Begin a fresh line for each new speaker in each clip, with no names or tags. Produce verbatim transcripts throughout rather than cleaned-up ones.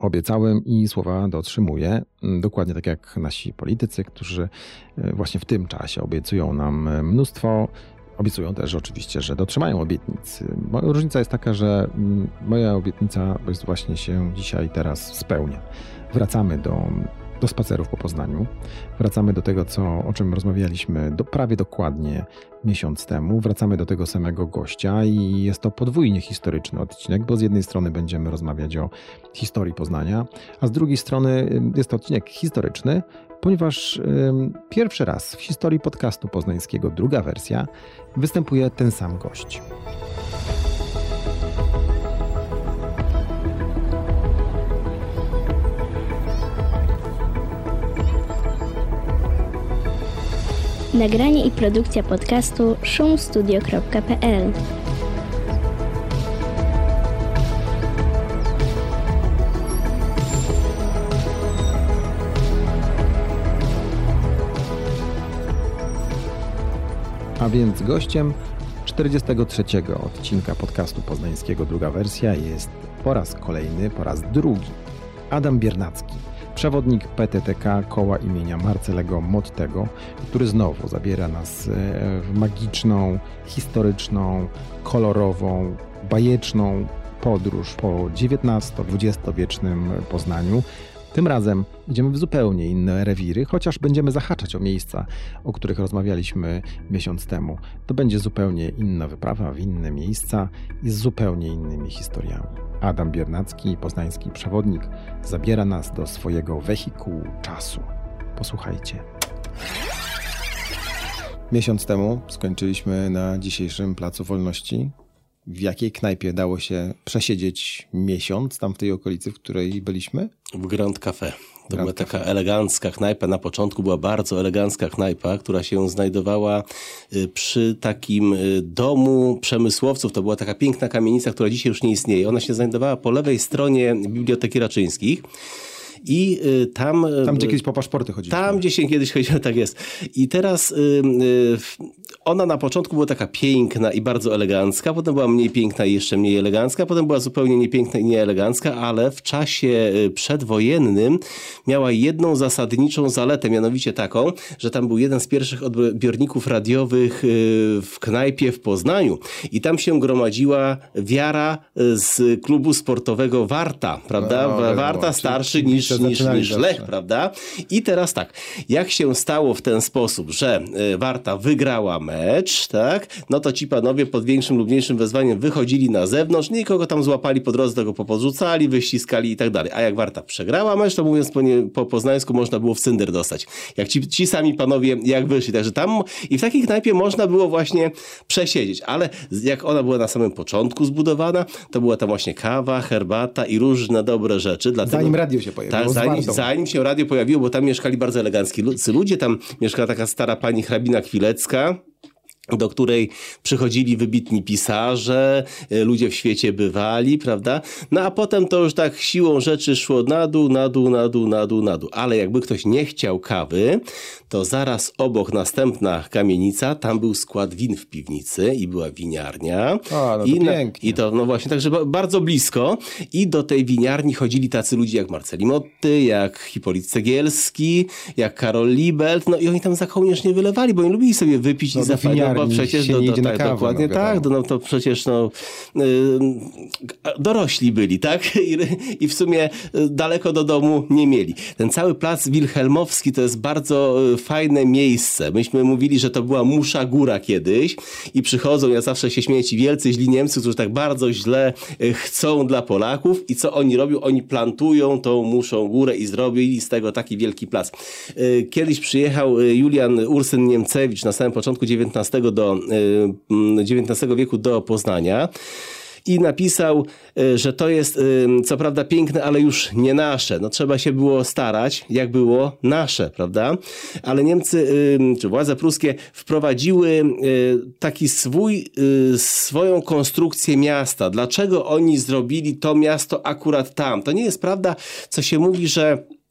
Obiecałem i słowa dotrzymuję. Dokładnie tak jak nasi politycy, którzy właśnie w tym czasie obiecują nam mnóstwo. Obiecują też oczywiście, że dotrzymają obietnic. Moja różnica jest taka, że moja obietnica właśnie się dzisiaj teraz spełnia. Wracamy do, do spacerów po Poznaniu. Wracamy do tego, co, o czym rozmawialiśmy do, prawie dokładnie miesiąc temu. Wracamy do tego samego gościa i jest to podwójnie historyczny odcinek, bo z jednej strony będziemy rozmawiać o historii Poznania, a z drugiej strony jest to odcinek historyczny, ponieważ ym, pierwszy raz w historii podcastu poznańskiego, druga wersja, występuje ten sam gość.
Nagranie i produkcja podcastu szum studio kropka p l.
A więc gościem czterdziestego trzeciego odcinka podcastu poznańskiego druga wersja jest po raz kolejny, po raz drugi Adam Biernacki, przewodnik P T T K Koła imienia Marcelego Mottego, który znowu zabiera nas w magiczną, historyczną, kolorową, bajeczną podróż po dziewiętnasto-dwudziestowiecznym Poznaniu. Tym razem idziemy w zupełnie inne rewiry, chociaż będziemy zahaczać o miejsca, o których rozmawialiśmy miesiąc temu. To będzie zupełnie inna wyprawa w inne miejsca i z zupełnie innymi historiami. Adam Biernacki, poznański przewodnik, zabiera nas do swojego wehikułu czasu. Posłuchajcie. Miesiąc temu skończyliśmy na dzisiejszym Placu Wolności. W jakiej knajpie dało się przesiedzieć miesiąc tam w tej okolicy, w której byliśmy?
W Grand Café. To
Grand
była
Café.
taka elegancka knajpa. Na początku była bardzo elegancka knajpa, która się znajdowała przy takim domu przemysłowców. To była taka piękna kamienica, która dzisiaj już nie istnieje. Ona się znajdowała po lewej stronie Biblioteki Raczyńskich. I y, tam...
Tam, gdzie kiedyś po paszporty chodziliśmy.
Tam, gdzie się kiedyś chodziło, tak jest. I teraz y, y, ona na początku była taka piękna i bardzo elegancka, potem była mniej piękna i jeszcze mniej elegancka, potem była zupełnie niepiękna i nieelegancka, ale w czasie przedwojennym miała jedną zasadniczą zaletę, mianowicie taką, że tam był jeden z pierwszych odbiorników radiowych y, w knajpie w Poznaniu i tam się gromadziła wiara z klubu sportowego Warta, prawda?
No,
Warta
no,
starszy
czyli,
niż, niż, niż
zawsze.
Lech, prawda? I teraz tak, jak się stało w ten sposób, że y, Warta wygrała mecz, tak? No to ci panowie pod większym lub mniejszym wezwaniem wychodzili na zewnątrz, nikogo tam złapali po drodze, tego popodrzucali, wyściskali i tak dalej. A jak Warta przegrała mecz, to mówiąc po, nie, po poznańsku, można było w cynder dostać. Jak ci, ci sami panowie jak wyszli. Także tam i w takiej knajpie można było właśnie przesiedzieć. Ale jak ona była na samym początku zbudowana, to była tam właśnie kawa, herbata i różne dobre rzeczy. Dlatego,
Zanim radio się pojawiło.
tak, zanim, zanim się radio pojawiło, bo tam mieszkali bardzo elegancki ludzie. Tam mieszkała taka stara pani hrabina Chwilecka, do której przychodzili wybitni pisarze, ludzie w świecie bywali, prawda? No a potem to już tak siłą rzeczy szło na dół, na dół, na dół, na dół, na dół. Ale jakby ktoś nie chciał kawy, to zaraz obok następna kamienica, tam był skład win w piwnicy i była winiarnia.
A, no to
I, na,
pięknie.
I to, no właśnie, także bardzo blisko. I do tej winiarni chodzili tacy ludzie jak Marceli Motty, jak Hipolit Cegielski, jak Karol Libelt, no i oni tam za kołnierz nie wylewali, bo oni lubili sobie wypić
No,
i zapalić. Bo przecież do, do, tak, kawę, dokładnie no, tak, do, no to przecież no, yy, dorośli byli, tak? I, I w sumie daleko do domu nie mieli. Ten cały plac Wilhelmowski to jest bardzo fajne miejsce. Myśmy mówili, że to była Musza Góra kiedyś i przychodzą, ja zawsze się śmieję, ci wielcy źli Niemcy, którzy tak bardzo źle chcą dla Polaków i co oni robią? Oni plantują tą Muszą Górę i zrobili z tego taki wielki plac. Kiedyś przyjechał Julian Ursyn-Niemcewicz na samym początku dziewiętnastego do dziewiętnastego wieku do Poznania i napisał, że to jest co prawda piękne, ale już nie nasze. No trzeba się było starać, jak było nasze, prawda? Ale Niemcy, czy władze pruskie wprowadziły taki swój, swoją konstrukcję miasta. Dlaczego oni zrobili to miasto akurat tam? To nie jest prawda, co się mówi, że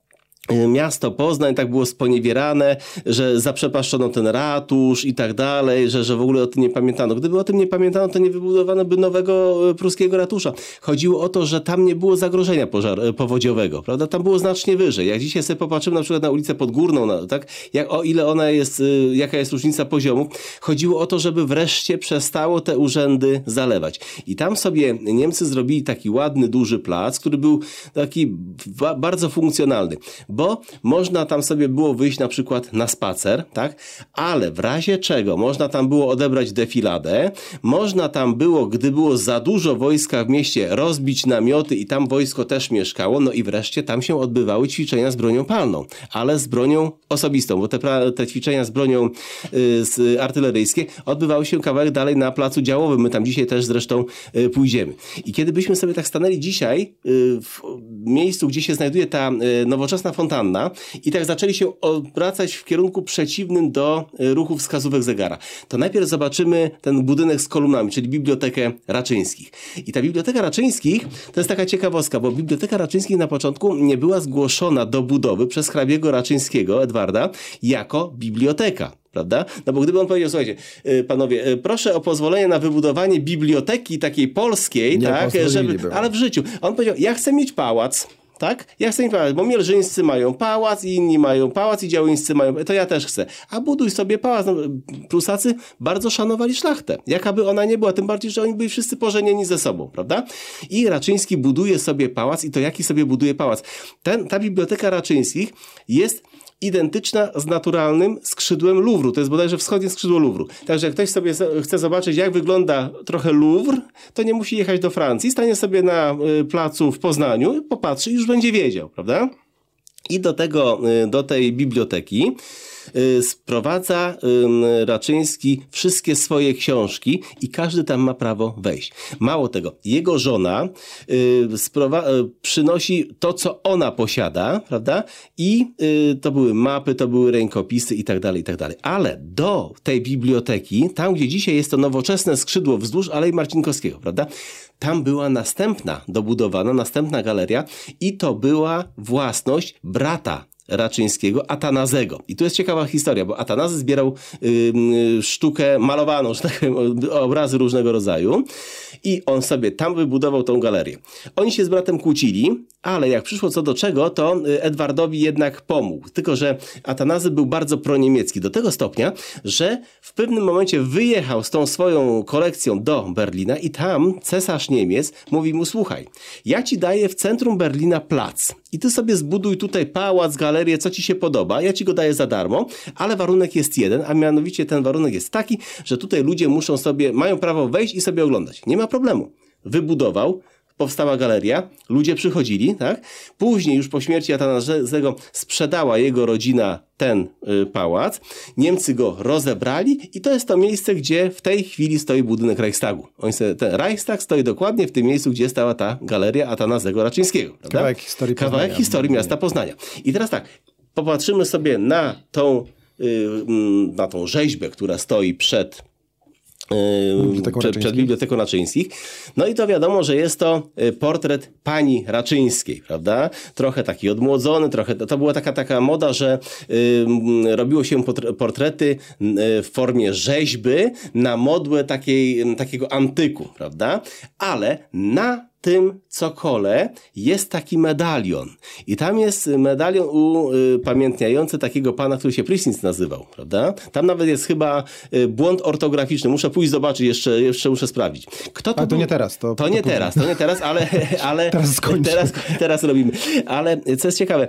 miasto Poznań tak było sponiewierane, że zaprzepaszczono ten ratusz i tak dalej, że, że w ogóle o tym nie pamiętano. Gdyby o tym nie pamiętano, to nie wybudowano by nowego pruskiego ratusza. Chodziło o to, że tam nie było zagrożenia pożar, powodziowego, prawda? Tam było znacznie wyżej. Jak dzisiaj sobie popatrzymy na przykład na ulicę Podgórną, na, tak? Jak, o ile ona jest, jaka jest różnica poziomu, chodziło o to, żeby wreszcie przestało te urzędy zalewać. I tam sobie Niemcy zrobili taki ładny, duży plac, który był taki ba- bardzo funkcjonalny. Bo można tam sobie było wyjść na przykład na spacer, tak? Ale w razie czego można tam było odebrać defiladę, można tam było, gdy było za dużo wojska w mieście, rozbić namioty i tam wojsko też mieszkało, no i wreszcie tam się odbywały ćwiczenia z bronią palną, ale z bronią osobistą, bo te, te ćwiczenia z bronią y, z artyleryjskie odbywały się kawałek dalej na placu działowym, my tam dzisiaj też zresztą y, pójdziemy. I kiedy byśmy sobie tak stanęli dzisiaj y, w miejscu, gdzie się znajduje ta y, nowoczesna fontanna i tak zaczęli się obracać w kierunku przeciwnym do ruchu wskazówek zegara. To najpierw zobaczymy ten budynek z kolumnami, czyli Bibliotekę Raczyńskich. I ta Biblioteka Raczyńskich to jest taka ciekawostka, bo Biblioteka Raczyńskich na początku nie była zgłoszona do budowy przez hrabiego Raczyńskiego, Edwarda, jako biblioteka. Prawda? No bo gdyby on powiedział, słuchajcie, panowie, proszę o pozwolenie na wybudowanie biblioteki takiej polskiej,
nie
tak, żeby, ale w życiu. On powiedział, ja chcę mieć pałac. Tak? Ja chcę mieć pałac, bo mielżyńscy mają pałac i inni mają pałac i działyńscy mają, to ja też chcę. A buduj sobie pałac. No, Prusacy bardzo szanowali szlachtę. Jakaby ona nie była, tym bardziej, że oni byli wszyscy pożenieni ze sobą, prawda? I Raczyński buduje sobie pałac i to jaki sobie buduje pałac? Ten, ta Biblioteka Raczyńskich jest identyczna z naturalnym skrzydłem Luwru. To jest bodajże wschodnie skrzydło Luwru. Także jak ktoś sobie chce zobaczyć, jak wygląda trochę Luwr, to nie musi jechać do Francji. Stanie sobie na placu w Poznaniu, popatrzy i już będzie wiedział, prawda? I do tego, do tej biblioteki sprowadza Raczyński wszystkie swoje książki i każdy tam ma prawo wejść. Mało tego, jego żona sprowa- przynosi to, co ona posiada, prawda? I to były mapy, to były rękopisy i tak dalej, i tak dalej. Ale do tej biblioteki, tam gdzie dzisiaj jest to nowoczesne skrzydło wzdłuż Alei Marcinkowskiego, prawda? Tam była następna dobudowana, następna galeria i to była własność brata Raczyńskiego, Atanazego. I tu jest ciekawa historia, bo Atanazy zbierał yy, sztukę malowaną, że tak powiem, obrazy różnego rodzaju i on sobie tam wybudował tą galerię. Oni się z bratem kłócili, ale jak przyszło co do czego, to Edwardowi jednak pomógł. Tylko że Atanazy był bardzo proniemiecki do tego stopnia, że w pewnym momencie wyjechał z tą swoją kolekcją do Berlina i tam cesarz Niemiec mówi mu, słuchaj, ja ci daję w centrum Berlina plac i ty sobie zbuduj tutaj pałac, galerię, co ci się podoba, ja ci go daję za darmo, ale warunek jest jeden, a mianowicie ten warunek jest taki, że tutaj ludzie muszą sobie, mają prawo wejść i sobie oglądać. Nie ma problemu. Wybudował, powstała galeria, ludzie przychodzili, tak? Później już po śmierci Atanazego sprzedała jego rodzina ten y, pałac, Niemcy go rozebrali i to jest to miejsce, gdzie w tej chwili stoi budynek Reichstagu. Oni sobie, ten Reichstag stoi dokładnie w tym miejscu, gdzie stała ta galeria Atanazego Raczyńskiego. Prawda?
Kawałek historii
Kawałek
Poznania.
historii miasta Poznania. I teraz tak, popatrzymy sobie na tą, y, na tą rzeźbę, która stoi przed
Biblioteką
przed, przed Biblioteką Raczyńskich. No i to wiadomo, że jest to portret pani Raczyńskiej, prawda? Trochę taki odmłodzony, trochę, to była taka, taka moda, że y, robiło się portrety y, w formie rzeźby na modłę takiej, takiego antyku, prawda? Ale na tym cokole jest taki medalion. I tam jest medalion upamiętniający takiego pana, który się Prysznic nazywał, prawda? Tam nawet jest chyba błąd ortograficzny. Muszę pójść zobaczyć, jeszcze, jeszcze muszę sprawdzić. Kto to
A to
był?
nie teraz. To,
to nie to teraz, to nie teraz, ale, ale
teraz,
teraz, teraz robimy. Ale co jest ciekawe,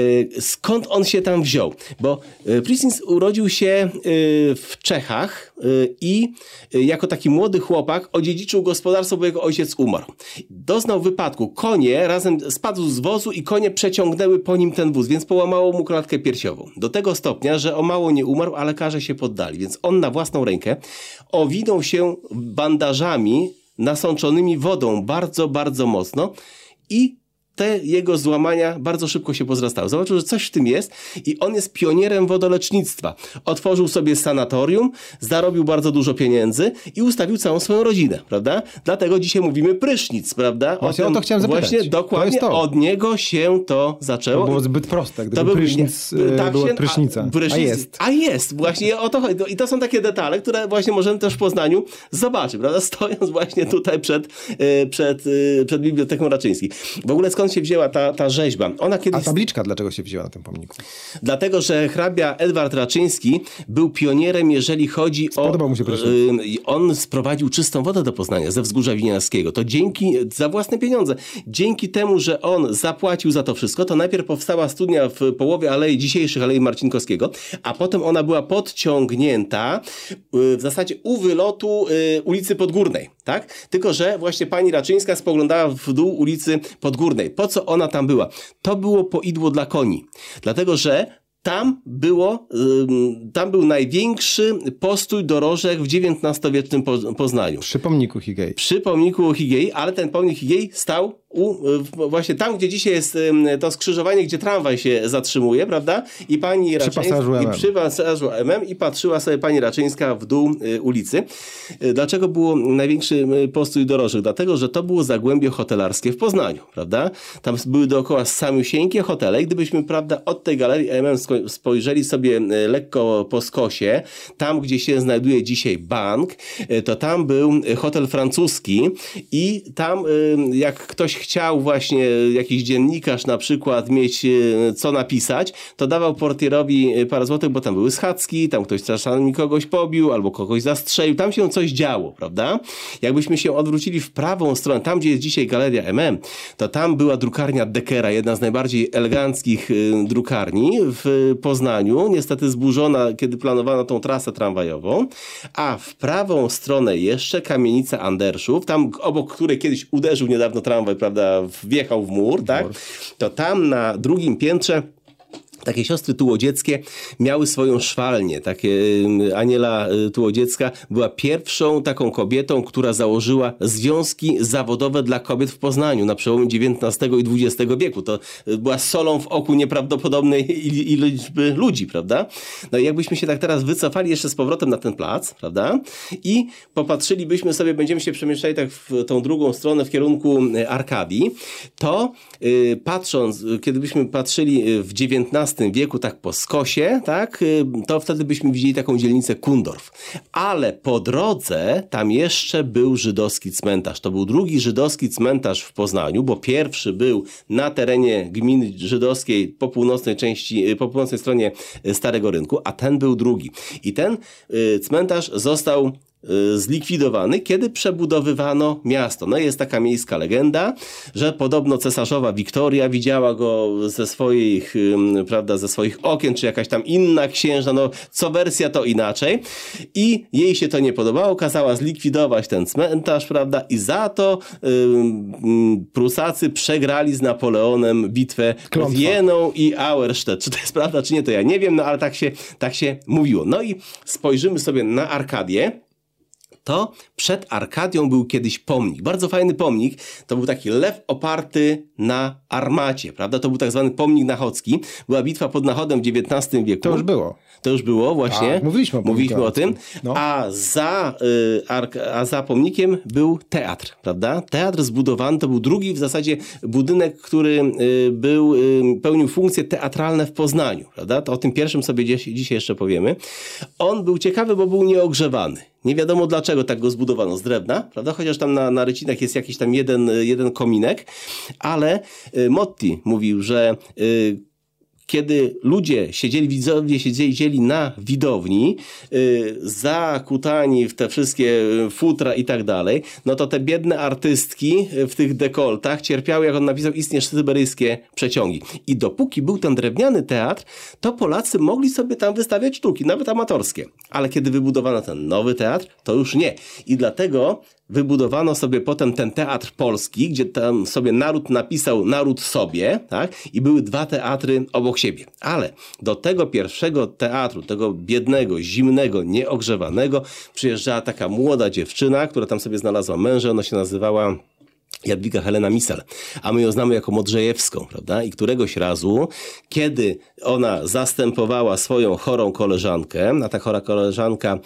skąd on się tam wziął? Bo Prysznic urodził się w Czechach i jako taki młody chłopak odziedziczył gospodarstwo, bo jego ojciec umarł. Doznał wypadku. Konie razem spadł z wozu i konie przeciągnęły po nim ten wóz, więc połamało mu klatkę piersiową. Do tego stopnia, że o mało nie umarł, a lekarze się poddali. Więc on na własną rękę owinął się bandażami nasączonymi wodą bardzo, bardzo mocno i te jego złamania bardzo szybko się pozrastały. Zobaczył, że coś w tym jest i on jest pionierem wodolecznictwa. Otworzył sobie sanatorium, zarobił bardzo dużo pieniędzy i ustawił całą swoją rodzinę, prawda? Dlatego dzisiaj mówimy prysznic, prawda?
Właśnie o, tym, o to chciałem zapytać.
Właśnie dokładnie to to. Od niego się to zaczęło.
To było zbyt proste, gdyby to był, prysznic nie, tak była prysznica. A, prysznic, a jest.
A jest, właśnie o to chodzi. I to są takie detale, które właśnie możemy też w Poznaniu zobaczyć, prawda? Stojąc właśnie tutaj przed, przed, przed Biblioteką Raczyńskiej. W ogóle skąd się wzięła ta, ta rzeźba? Ona kiedyś...
A tabliczka dlaczego się wzięła na tym pomniku?
Dlatego, że hrabia Edward Raczyński był pionierem, jeżeli chodzi
Spodobał o... Spodobał mu się prysznic.
On sprowadził czystą wodę do Poznania ze Wzgórza Winiarskiego. To dzięki, za własne pieniądze. Dzięki temu, że on zapłacił za to wszystko, to najpierw powstała studnia w połowie alei dzisiejszych Alei Marcinkowskiego, a potem ona była podciągnięta w zasadzie u wylotu ulicy Podgórnej, tak? Tylko że właśnie pani Raczyńska spoglądała w dół ulicy Podgórnej. Po co ona tam była? To było poidło dla koni. Dlatego, że Tam było, tam był największy postój dorożek w dziewiętnastowiecznym Poznaniu.
Przy pomniku Higei.
Przy pomniku Higei, ale ten pomnik Higei stał u, właśnie tam, gdzie dzisiaj jest to skrzyżowanie, gdzie tramwaj się zatrzymuje, prawda? I pani
Raczyńska, przy pasażu
i przy pasażu M M i patrzyła sobie pani Raczyńska w dół ulicy. Dlaczego było największy postój dorożek? Dlatego, że to było zagłębie hotelarskie w Poznaniu, prawda? Tam były dookoła samiusieńkie hotele i gdybyśmy, prawda, od tej galerii M M spojrzeli sobie lekko po skosie, tam, gdzie się znajduje dzisiaj bank, to tam był hotel francuski i tam, jak ktoś chciał właśnie, jakiś dziennikarz na przykład mieć co napisać, to dawał portierowi parę złotych, bo tam były schadzki, tam ktoś czasami kogoś pobił albo kogoś zastrzelił, tam się coś działo, prawda? Jakbyśmy się odwrócili w prawą stronę, tam, gdzie jest dzisiaj Galeria M M, to tam była drukarnia Deckera, jedna z najbardziej eleganckich drukarni w Poznaniu, niestety zburzona, kiedy planowano tą trasę tramwajową, a w prawą stronę jeszcze kamienica Anderszów, tam obok której kiedyś uderzył niedawno tramwaj, prawda, wjechał w mur, tak? To tam na drugim piętrze takie siostry Tułodzieckie miały swoją szwalnię. Takie Aniela Tułodziecka była pierwszą taką kobietą, która założyła związki zawodowe dla kobiet w Poznaniu na przełomie dziewiętnastego i dwudziestego wieku. To była solą w oku nieprawdopodobnej liczby ludzi, prawda? No i jakbyśmy się tak teraz wycofali jeszcze z powrotem na ten plac, prawda? I popatrzylibyśmy sobie, będziemy się przemieszczali tak w tą drugą stronę w kierunku Arkadii, to yy, patrząc, kiedy byśmy patrzyli w dziewiętnastym wieku, tak po skosie, tak, to wtedy byśmy widzieli taką dzielnicę Kundorf. Ale po drodze tam jeszcze był żydowski cmentarz. To był drugi żydowski cmentarz w Poznaniu, bo pierwszy był na terenie gminy żydowskiej po północnej części, po północnej stronie Starego Rynku, a ten był drugi. I ten y, cmentarz został zlikwidowany, kiedy przebudowywano miasto. No jest taka miejska legenda, że podobno cesarzowa Wiktoria widziała go ze swoich, prawda, ze swoich okien, czy jakaś tam inna księżna, no co wersja to inaczej. I jej się to nie podobało, kazała zlikwidować ten cmentarz, prawda, i za to ym, Prusacy przegrali z Napoleonem bitwę
Klątwa.
Wieną i Auerstedt. Czy to jest prawda, czy nie, to ja nie wiem, no ale tak się, tak się mówiło. No i spojrzymy sobie na Arkadię. To przed Arkadią był kiedyś pomnik. Bardzo fajny pomnik. To był taki lew oparty na armacie, prawda? To był tak zwany pomnik nachocki. Była bitwa pod Nachodem w dziewiętnastym wieku.
To już było.
To już było, właśnie.
A, mówiliśmy o,
mówiliśmy o tym.
No.
A, za, y, ark, a za pomnikiem był teatr, prawda? Teatr zbudowany, to był drugi w zasadzie budynek, który y, był, y, pełnił funkcje teatralne w Poznaniu, prawda? To o tym pierwszym sobie dziś, dzisiaj jeszcze powiemy. On był ciekawy, bo był nieogrzewany. Nie wiadomo dlaczego tak go zbudowano z drewna, prawda? Chociaż tam na, na rycinach jest jakiś tam jeden, jeden kominek, ale y, Motti mówił, że y, kiedy ludzie siedzieli, widzowie siedzieli na widowni, yy, zakutani w te wszystkie futra i tak dalej, no to te biedne artystki w tych dekoltach cierpiały, jak on napisał, istnie syberyjskie przeciągi. I dopóki był ten drewniany teatr, to Polacy mogli sobie tam wystawiać sztuki, nawet amatorskie. Ale kiedy wybudowano ten nowy teatr, to już nie. I dlatego wybudowano sobie potem ten teatr polski, gdzie tam sobie naród napisał naród sobie, tak? I były dwa teatry obok siebie. Ale do tego pierwszego teatru, tego biednego, zimnego, nieogrzewanego, przyjeżdżała taka młoda dziewczyna, która tam sobie znalazła męża, ona się nazywała Jadwiga Helena Misel, a my ją znamy jako Modrzejewską, prawda? I któregoś razu, kiedy ona zastępowała swoją chorą koleżankę, a ta chora koleżanka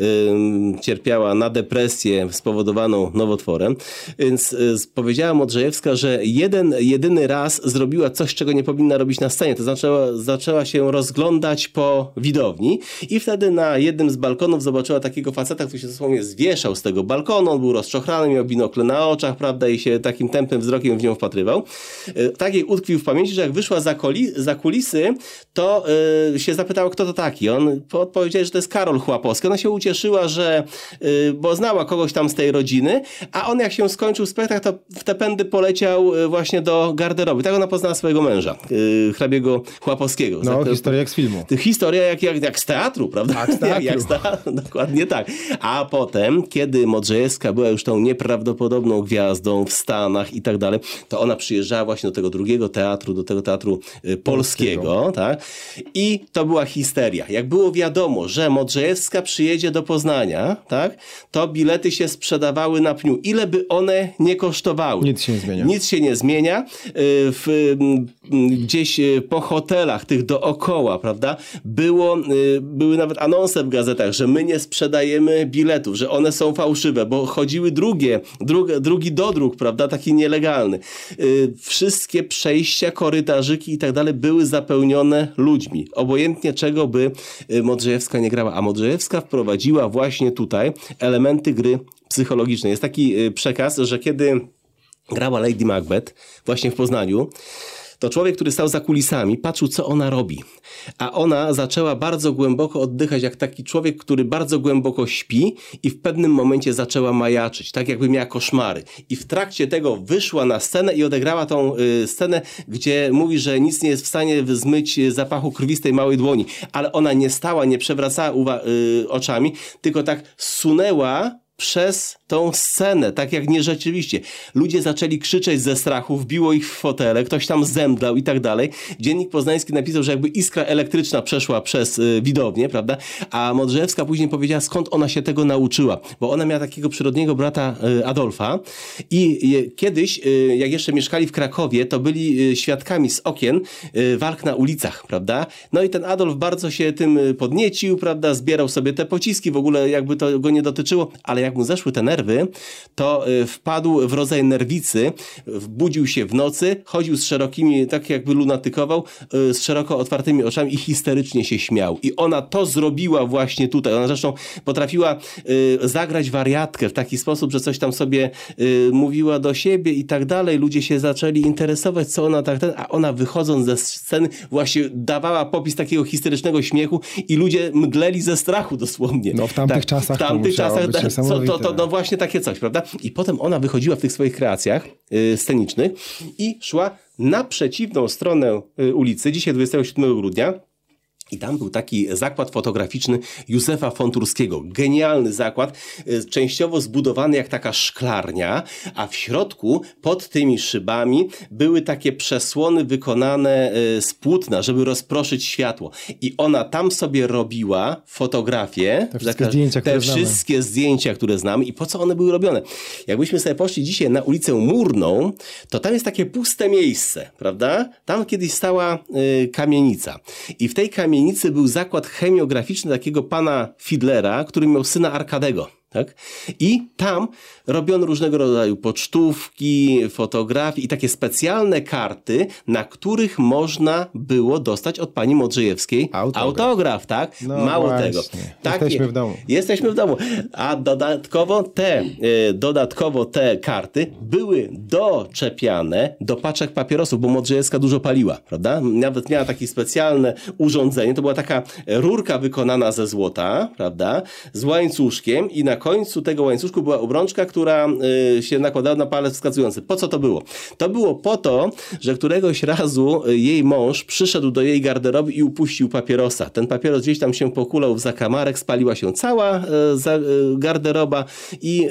y, cierpiała na depresję spowodowaną nowotworem, więc y, powiedziała Modrzejewska, że jeden, jedyny raz zrobiła coś, czego nie powinna robić na scenie. To zaczęła, zaczęła się rozglądać po widowni i wtedy na jednym z balkonów zobaczyła takiego faceta, który się dosłownie zwieszał z tego balkonu, on był rozczochrany, miał binokle na oczach, prawda, i się takim tępym wzrokiem w nią wpatrywał. Tak jej utkwił w pamięci, że jak wyszła za, koli, za kulisy, to yy, się zapytała, kto to taki. On odpowiedział, że to jest Karol Chłapowski. Ona się ucieszyła, że, yy, bo znała kogoś tam z tej rodziny, a on jak się skończył spektakl, to w te pędy poleciał właśnie do garderoby. Tak ona poznała swojego męża, yy, hrabiego Chłapowskiego.
No,
tak,
historia jak z filmu.
Historia jak, jak, jak z teatru, prawda?
Tak, z teatru.
jak, jak z teatru. Dokładnie tak. A potem, kiedy Modrzejewska była już tą nieprawdopodobną gwiazdą w Stanach i tak dalej, to ona przyjeżdżała właśnie do tego drugiego teatru, do tego teatru polskiego, polskiego, tak? I to była histeria. Jak było wiadomo, że Modrzejewska przyjedzie do Poznania, tak? To bilety się sprzedawały na pniu. Ile by one nie kosztowały?
Nic się nie zmienia.
Nic się nie zmienia. W, gdzieś po hotelach tych dookoła, prawda? Było, były nawet anonse w gazetach, że my nie sprzedajemy biletów, że one są fałszywe, bo chodziły drugie, drugi, drugi dodruk, prawda? Taki nielegalny. Wszystkie przejścia, korytarzyki i tak dalej były zapełnione ludźmi. Obojętnie czego by Modrzejewska nie grała. A Modrzejewska wprowadziła właśnie tutaj elementy gry psychologicznej. Jest taki przekaz, że kiedy grała Lady Macbeth właśnie w Poznaniu, to człowiek, który stał za kulisami, patrzył, co ona robi. A ona zaczęła bardzo głęboko oddychać, jak taki człowiek, który bardzo głęboko śpi i w pewnym momencie zaczęła majaczyć, tak jakby miała koszmary. I w trakcie tego wyszła na scenę i odegrała tą y, scenę, gdzie mówi, że nic nie jest w stanie zmyć zapachu krwi z tej małej dłoni. Ale ona nie stała, nie przewracała uwa- y, oczami, tylko tak sunęła przez tą scenę, tak jak nierzeczywiście. Ludzie zaczęli krzyczeć ze strachu, wbiło ich w fotele, ktoś tam zemdlał i tak dalej. Dziennik Poznański napisał, że jakby iskra elektryczna przeszła przez y, widownię, prawda? A Modrzejewska później powiedziała, skąd ona się tego nauczyła. Bo ona miała takiego przyrodniego brata y, Adolfa i y, kiedyś, y, jak jeszcze mieszkali w Krakowie, to byli y, świadkami z okien y, walk na ulicach, prawda? No i ten Adolf bardzo się tym podniecił, prawda? Zbierał sobie te pociski, w ogóle jakby to go nie dotyczyło, ale jak mu zeszły te nerwy, to y, wpadł w rodzaj nerwicy, budził się w nocy, chodził z szerokimi, tak jakby lunatykował, y, z szeroko otwartymi oczami i histerycznie się śmiał. I ona to zrobiła właśnie tutaj. Ona zresztą potrafiła y, zagrać wariatkę w taki sposób, że coś tam sobie y, mówiła do siebie i tak dalej. Ludzie się zaczęli interesować, co ona tak ten, a ona wychodząc ze sceny właśnie dawała popis takiego historycznego śmiechu i ludzie mdleli ze strachu dosłownie.
No w tamtych
tak,
czasach
w tamtych
to musiało
czasach
być
to, to, to, no właśnie takie coś, prawda? I potem ona wychodziła w tych swoich kreacjach y, scenicznych i szła na przeciwną stronę y, ulicy, dzisiaj dwudziestego siódmego grudnia. I tam był taki zakład fotograficzny Józefa Fonturskiego. Genialny zakład, częściowo zbudowany jak taka szklarnia, a w środku pod tymi szybami były takie przesłony wykonane z płótna, żeby rozproszyć światło. I ona tam sobie robiła fotografie.
Te wszystkie zdjęcia,
te
które
wszystkie
znamy.
zdjęcia, które znamy. I po co one były robione? Jakbyśmy sobie poszli dzisiaj na ulicę Murną, to tam jest takie puste miejsce, prawda? Tam kiedyś stała y, kamienica. I w tej kamienicy był zakład chemiograficzny takiego pana Fidlera, który miał syna Arkadego. Tak? I tam robiono różnego rodzaju pocztówki, fotografie i takie specjalne karty, na których można było dostać od pani Modrzejewskiej autograf, autograf tak?
No
Mało
właśnie.
tego. Tak,
jesteśmy w domu.
Jesteśmy w domu. A dodatkowo te, y, dodatkowo te karty były doczepiane do paczek papierosów, bo Modrzejewska dużo paliła, prawda? Nawet miała takie specjalne urządzenie. To była taka rurka wykonana ze złota, prawda? Z łańcuszkiem i na końcu tego łańcuszku była obrączka, która y, się nakładała na palec wskazujący. Po co to było? To było po to, że któregoś razu jej mąż przyszedł do jej garderoby i upuścił papierosa. Ten papieros gdzieś tam się pokulał w zakamarek, spaliła się cała y, za, y, garderoba i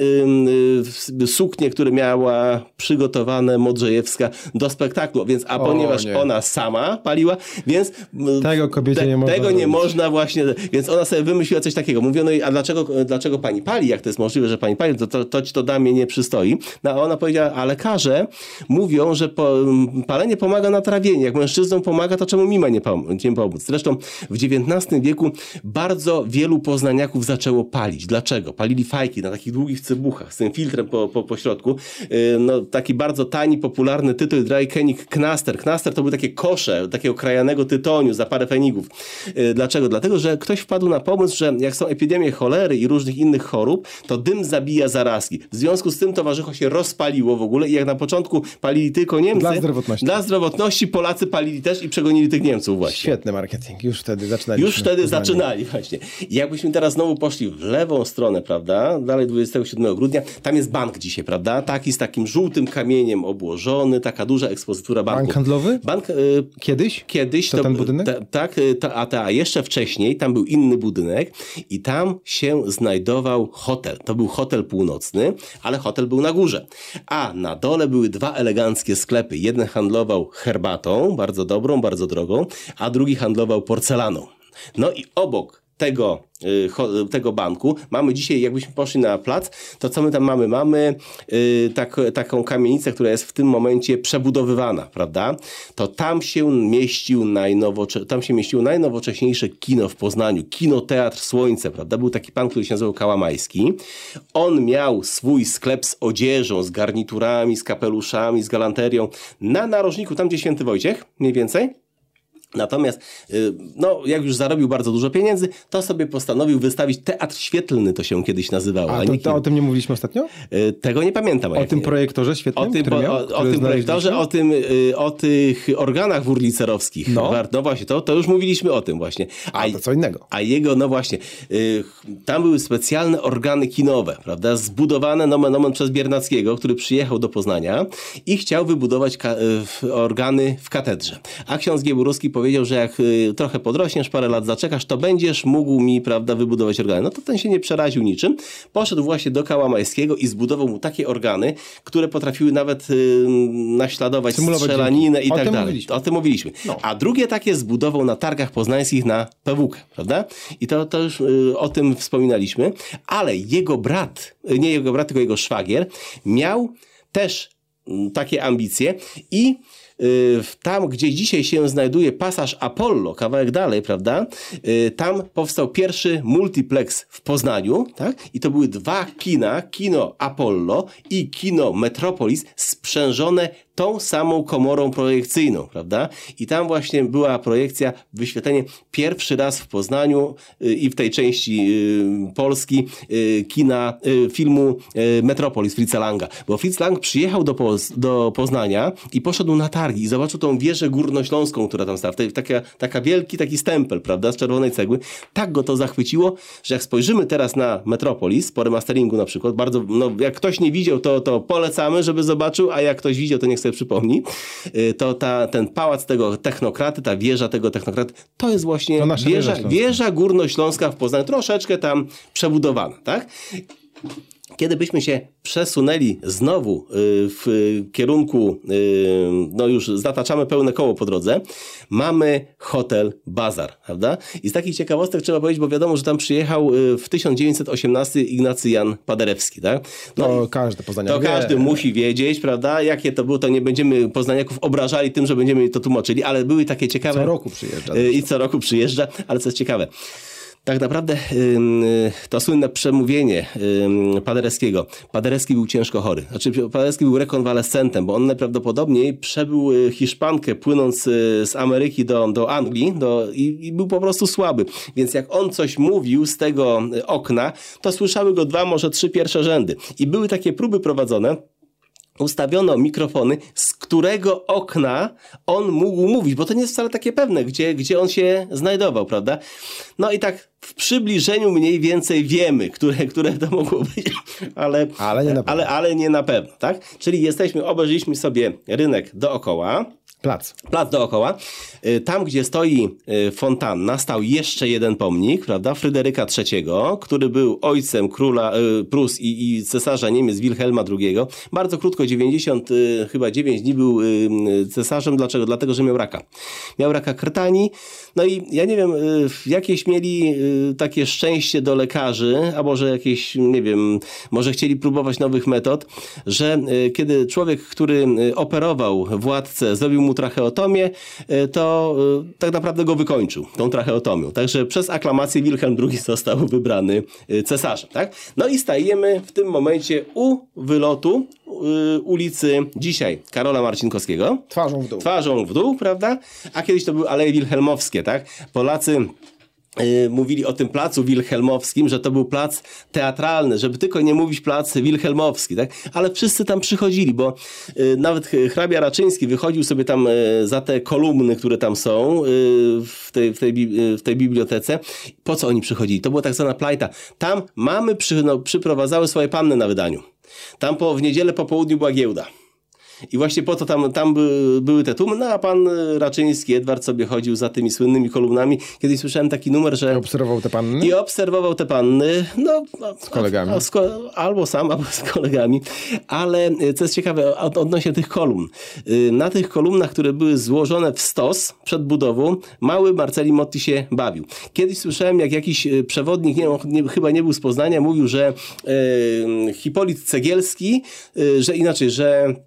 y, y, suknie, które miała przygotowane Modrzejewska do spektaklu. Więc, a
o,
ponieważ
nie.
ona sama paliła, więc
tego kobiecie
te,
nie można
tego nie
zrobić.
można właśnie, więc ona sobie wymyśliła coś takiego. Mówiono jej, a dlaczego, dlaczego pani pali? pali, jak to jest możliwe, że pani pali, to, to, to ci to damie nie przystoi. No a ona powiedziała, a lekarze mówią, że po, palenie pomaga na trawienie. Jak mężczyznom pomaga, to czemu mi ma nie, pom- nie pomóc? Zresztą w dziewiętnastym wieku bardzo wielu poznaniaków zaczęło palić. Dlaczego? Palili fajki na takich długich cybuchach z tym filtrem po, po, po środku. Yy, no, taki bardzo tani, popularny tytuł Dry Kenig Knaster. Knaster to były takie kosze takiego krajanego tytoniu za parę fenigów. Yy, dlaczego? Dlatego, że ktoś wpadł na pomysł, że jak są epidemie cholery i różnych innych chorób, to dym zabija zarazki. W związku z tym towarzycho się rozpaliło w ogóle i jak na początku palili tylko Niemcy,
dla zdrowotności.
Dla zdrowotności Polacy palili też i przegonili tych Niemców właśnie.
Świetny marketing. Już wtedy zaczynaliśmy.
Już wtedy zaczynali właśnie. I jakbyśmy teraz znowu poszli w lewą stronę, prawda? Dalej dwudziestego siódmego grudnia. Tam jest bank dzisiaj, prawda? Taki z takim żółtym kamieniem obłożony, taka duża ekspozytura banku.
Bank handlowy?
Bank... Y,
Kiedyś?
Kiedyś.
To, to ten budynek?
Ta, tak, ta, a, ta, a jeszcze wcześniej tam był inny budynek i tam się znajdował hotel. To był hotel północny, ale hotel był na górze. A na dole były dwa eleganckie sklepy. Jeden handlował herbatą, bardzo dobrą, bardzo drogą, a drugi handlował porcelaną. No i obok tego, tego banku mamy dzisiaj, jakbyśmy poszli na plac, to co my tam mamy? Mamy y, tak, taką kamienicę, która jest w tym momencie przebudowywana, prawda? To tam się mieścił najnowocze- tam się mieściło najnowocześniejsze kino w Poznaniu. Kinoteatr Słońce, prawda? Był taki pan, który się nazywał Kałamajski. On miał swój sklep z odzieżą, z garniturami, z kapeluszami, z galanterią na narożniku, tam gdzie Święty Wojciech, mniej więcej. Natomiast, no, jak już zarobił bardzo dużo pieniędzy, to sobie postanowił wystawić teatr świetlny, to się kiedyś nazywało.
A, to, to o tym nie mówiliśmy ostatnio?
Tego nie pamiętam.
O tym projektorze świetnym,
O tym,
który miał,
o, o tym projektorze, o, tym, o tych organach wurlicerowskich.
No,
no właśnie, to, to już mówiliśmy o tym właśnie.
A, a to co innego.
A jego, no właśnie, tam były specjalne organy kinowe, prawda, zbudowane nomen omen przez Biernackiego, który przyjechał do Poznania i chciał wybudować ka- organy w katedrze. A ksiądz Gieburowski powiedział, powiedział, że jak y, trochę podrośniesz, parę lat zaczekasz, to będziesz mógł mi, prawda, wybudować organy. No to ten się nie przeraził niczym. Poszedł właśnie do Kałamajskiego i zbudował mu takie organy, które potrafiły nawet y, naśladować Symulować strzelaninę dzięki. i o tak dalej. Mówiliśmy. O tym mówiliśmy. No. A drugie takie zbudował na targach poznańskich na P W K, prawda? I to, to już y, o tym wspominaliśmy. Ale jego brat, nie jego brat, tylko jego szwagier, miał też y, takie ambicje i tam, gdzie dzisiaj się znajduje pasaż Apollo, kawałek dalej, prawda? Tam powstał pierwszy multiplex w Poznaniu, tak? I to były dwa kina, kino Apollo i kino Metropolis, sprzężone tą samą komorą projekcyjną, prawda? I tam właśnie była projekcja, wyświetlenie pierwszy raz w Poznaniu y, i w tej części y, Polski y, kina, y, filmu y, Metropolis Fritza Langa. Bo Fritz Lang przyjechał do, Poz- do Poznania i poszedł na targi i zobaczył tą wieżę górnośląską, która tam stała. Taka, taka wielki taki stempel, prawda? Z czerwonej cegły. Tak go to zachwyciło, że jak spojrzymy teraz na Metropolis, po remasteringu na przykład, bardzo, no jak ktoś nie widział, to, to polecamy, żeby zobaczył, a jak ktoś widział, to niech sobie przypomni, to ta, ten pałac tego technokraty, ta wieża tego technokraty, to jest właśnie to wieża, wieża górnośląska w Poznaniu, troszeczkę tam przebudowana, tak? Kiedy byśmy się przesunęli znowu w kierunku, no już zataczamy pełne koło po drodze, mamy hotel Bazar, prawda? I z takich ciekawostek trzeba powiedzieć, bo wiadomo, że tam przyjechał w tysiąc dziewięćset osiemnastym Ignacy Jan Paderewski, tak?
No, to każdy poznaniak
To
wie.
każdy musi wiedzieć, prawda? Jakie to było, to nie będziemy poznaniaków obrażali tym, że będziemy to tłumaczyli, ale były takie ciekawe...
Co roku przyjeżdża.
I co roku przyjeżdża, ale co jest ciekawe. Tak naprawdę to słynne przemówienie Paderewskiego. Paderewski był ciężko chory. Znaczy Paderewski był rekonwalescentem, bo on najprawdopodobniej przebył Hiszpankę płynąc z Ameryki do, do Anglii do, i, i był po prostu słaby. Więc jak on coś mówił z tego okna, to słyszały go dwa, może trzy pierwsze rzędy. I były takie próby prowadzone. Ustawiono mikrofony, z którego okna on mógł mówić, bo to nie jest wcale takie pewne, gdzie, gdzie on się znajdował, prawda? No i tak w przybliżeniu mniej więcej wiemy, które, które to mogło być, ale,
ale, nie na pewno.
ale, ale nie na pewno, tak? Czyli jesteśmy, obejrzeliśmy sobie rynek dookoła.
Plac.
Plac dookoła. Tam, gdzie stoi fontanna, stał jeszcze jeden pomnik, prawda? Fryderyka trzeciego, który był ojcem króla Prus i, i cesarza Niemiec Wilhelma drugiego. Bardzo krótko, dziewięćdziesiąt chyba dziewięć dni był cesarzem. Dlaczego? Dlatego, że miał raka. Miał raka krtani. No i ja nie wiem, jakieś mieli takie szczęście do lekarzy, a może jakieś, nie wiem, może chcieli próbować nowych metod, że y, kiedy człowiek, który operował władcę, zrobił mu tracheotomię, y, to y, tak naprawdę go wykończył, tą tracheotomią. Także przez aklamację Wilhelm drugi został wybrany y, cesarzem. Tak? No i stajemy w tym momencie u wylotu y, ulicy dzisiaj Karola Marcinkowskiego.
Twarzą w dół.
Twarzą w dół, prawda? A kiedyś to były Aleje Wilhelmowskie, tak? Polacy Yy, mówili o tym placu wilhelmowskim, że to był plac teatralny, żeby tylko nie mówić plac wilhelmowski, tak? Ale wszyscy tam przychodzili, bo yy, nawet hrabia Raczyński wychodził sobie tam yy, za te kolumny, które tam są yy, w, tej, w, tej, yy, w tej bibliotece. Po co oni przychodzili? To była tak zwana plajta. Tam mamy przy, no, przyprowadzały swoje panny na wydaniu. Tam po, w niedzielę po południu była giełda. I właśnie po to tam, tam by, były te tłumy, no a pan Raczyński, Edward sobie chodził za tymi słynnymi kolumnami. Kiedyś słyszałem taki numer, że...
I obserwował te panny?
I obserwował te panny, no...
Z kolegami?
A, a, z, albo sam, albo z kolegami. Ale co jest ciekawe, od, odnośnie tych kolumn. Na tych kolumnach, które były złożone w stos przed budową, mały Marceli Motti się bawił. Kiedyś słyszałem, jak jakiś przewodnik, nie, nie, chyba nie był z Poznania, mówił, że e, Hipolit Cegielski, e, że inaczej, że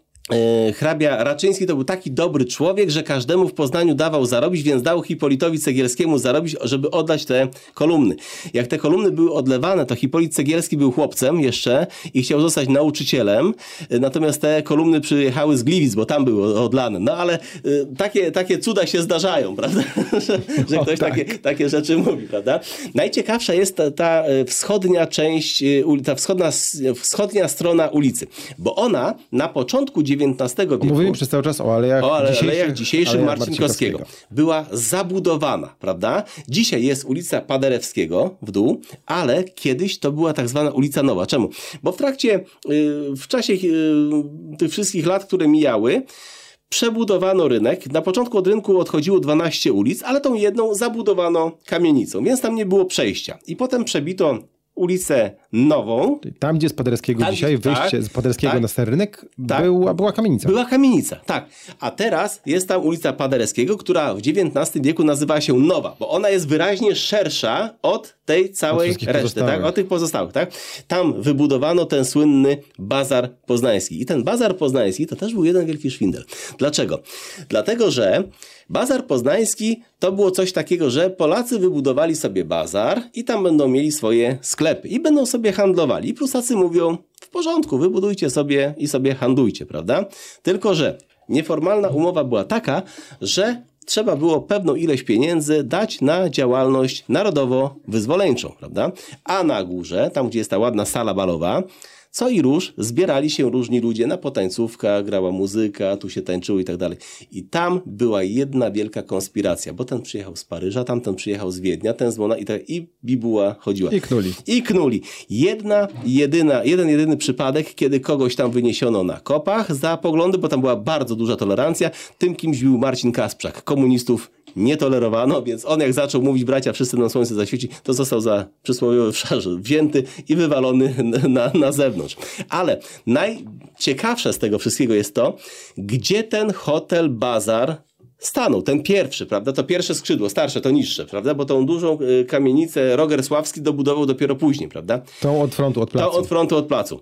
hrabia Raczyński to był taki dobry człowiek, że każdemu w Poznaniu dawał zarobić, więc dał Hipolitowi Cegielskiemu zarobić, żeby oddać te kolumny. Jak te kolumny były odlewane, to Hipolit Cegielski był chłopcem jeszcze i chciał zostać nauczycielem, natomiast te kolumny przyjechały z Gliwic, bo tam były odlane. No ale y, takie, takie cuda się zdarzają, prawda? że że ktoś tak. takie, takie rzeczy mówi, prawda? Najciekawsza jest ta, ta wschodnia część, ta wschodnia, wschodnia strona ulicy, bo ona na początku dziewiętnastego wieku.
Mówimy przez cały czas o alejach,
o ale,
dzisiejszych,
alejach dzisiejszych
alejach
Marcinkowskiego. Marcinkowskiego. Była zabudowana, prawda? Dzisiaj jest ulica Paderewskiego w dół, ale kiedyś to była tak zwana ulica Nowa. Czemu? Bo w trakcie, yy, w czasie yy, tych wszystkich lat, które mijały, przebudowano rynek. Na początku od rynku odchodziło dwanaście ulic, ale tą jedną zabudowano kamienicą, więc tam nie było przejścia. I potem przebito ulicę Nową.
Tam, gdzie z Paderewskiego tam, dzisiaj, wyjście tak, z Paderewskiego tak, na Stary Rynek, tak, była, była kamienica.
Była kamienica, tak. A teraz jest tam ulica Paderewskiego, która w dziewiętnastym wieku nazywała się Nowa, bo ona jest wyraźnie szersza od tej całej od reszty, tak? Od tych pozostałych, tak? Tam wybudowano ten słynny Bazar Poznański. I ten Bazar Poznański to też był jeden wielki szwindel. Dlaczego? Dlatego, że Bazar Poznański to było coś takiego, że Polacy wybudowali sobie bazar i tam będą mieli swoje sklepy i będą sobie handlowali. I Prusacy mówią, w porządku, wybudujcie sobie i sobie handlujcie, prawda? Tylko że nieformalna umowa była taka, że trzeba było pewną ilość pieniędzy dać na działalność narodowo-wyzwoleńczą, prawda? A na górze, tam gdzie jest ta ładna sala balowa, co i róż, zbierali się różni ludzie na potańcówkach, grała muzyka, tu się tańczyło i tak dalej. I tam była jedna wielka konspiracja, bo ten przyjechał z Paryża, tamten przyjechał z Wiednia, ten z Mona i, tak, i bibuła chodziła.
I knuli.
I knuli. Jedna, jedyna, jeden, jedyny przypadek, kiedy kogoś tam wyniesiono na kopach za poglądy, bo tam była bardzo duża tolerancja. Tym kimś był Marcin Kasprzak. Komunistów nie tolerowano, więc on jak zaczął mówić bracia, wszyscy na słońce zaświeci, to został za przysłowiowy wszarze wzięty i wywalony na, na zewnątrz. Ale najciekawsze z tego wszystkiego jest to, gdzie ten hotel Bazar stanął, ten pierwszy, prawda, to pierwsze skrzydło, starsze, to niższe, prawda, bo tą dużą y, kamienicę Roger Sławski dobudował dopiero później, prawda.
Tą od frontu, od placu.
Tą od frontu, od placu.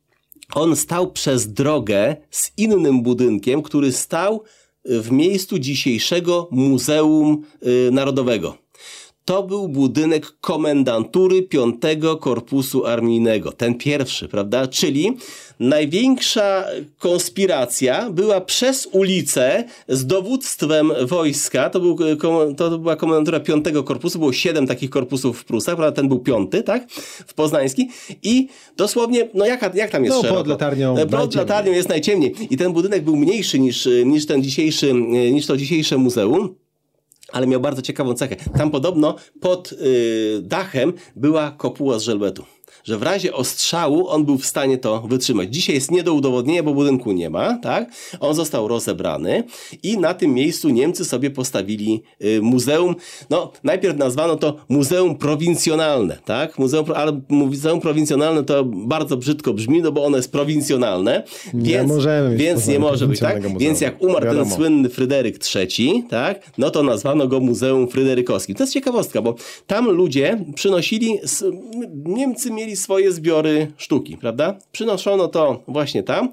On stał przez drogę z innym budynkiem, który stał w miejscu dzisiejszego Muzeum y, Narodowego. To był budynek komendantury piątego Korpusu Armijnego. Ten pierwszy, prawda? Czyli największa konspiracja była przez ulicę z dowództwem wojska. To, był, to była komendantura piątego Korpusu. Było siedem takich korpusów w Prusach, prawda? Ten był piąty, tak? W Poznański. I dosłownie, no jak, jak tam jest
no,
szeroko?
Pod latarnią.
Pod latarnią jest najciemniej. I ten budynek był mniejszy niż, niż ten dzisiejszy, niż to dzisiejsze muzeum. Ale miał bardzo ciekawą cechę. Tam podobno pod y, dachem była kopuła z żelbetu. że w razie ostrzału on był w stanie to wytrzymać. Dzisiaj jest nie do udowodnienia, bo budynku nie ma, tak? On został rozebrany i na tym miejscu Niemcy sobie postawili y, muzeum. No, najpierw nazwano to Muzeum Prowincjonalne, tak? Muzeum, ale Muzeum Prowincjonalne to bardzo brzydko brzmi, no bo ono jest prowincjonalne,
nie
więc,
możemy
więc nie może być, tak?
muzeum.
Więc jak umarł Wiadomo. ten słynny Fryderyk trzeci, tak? No to nazwano go Muzeum Fryderykowskim. To jest ciekawostka, bo tam ludzie przynosili, Niemcy mieli swoje zbiory sztuki, prawda? Przynoszono to właśnie tam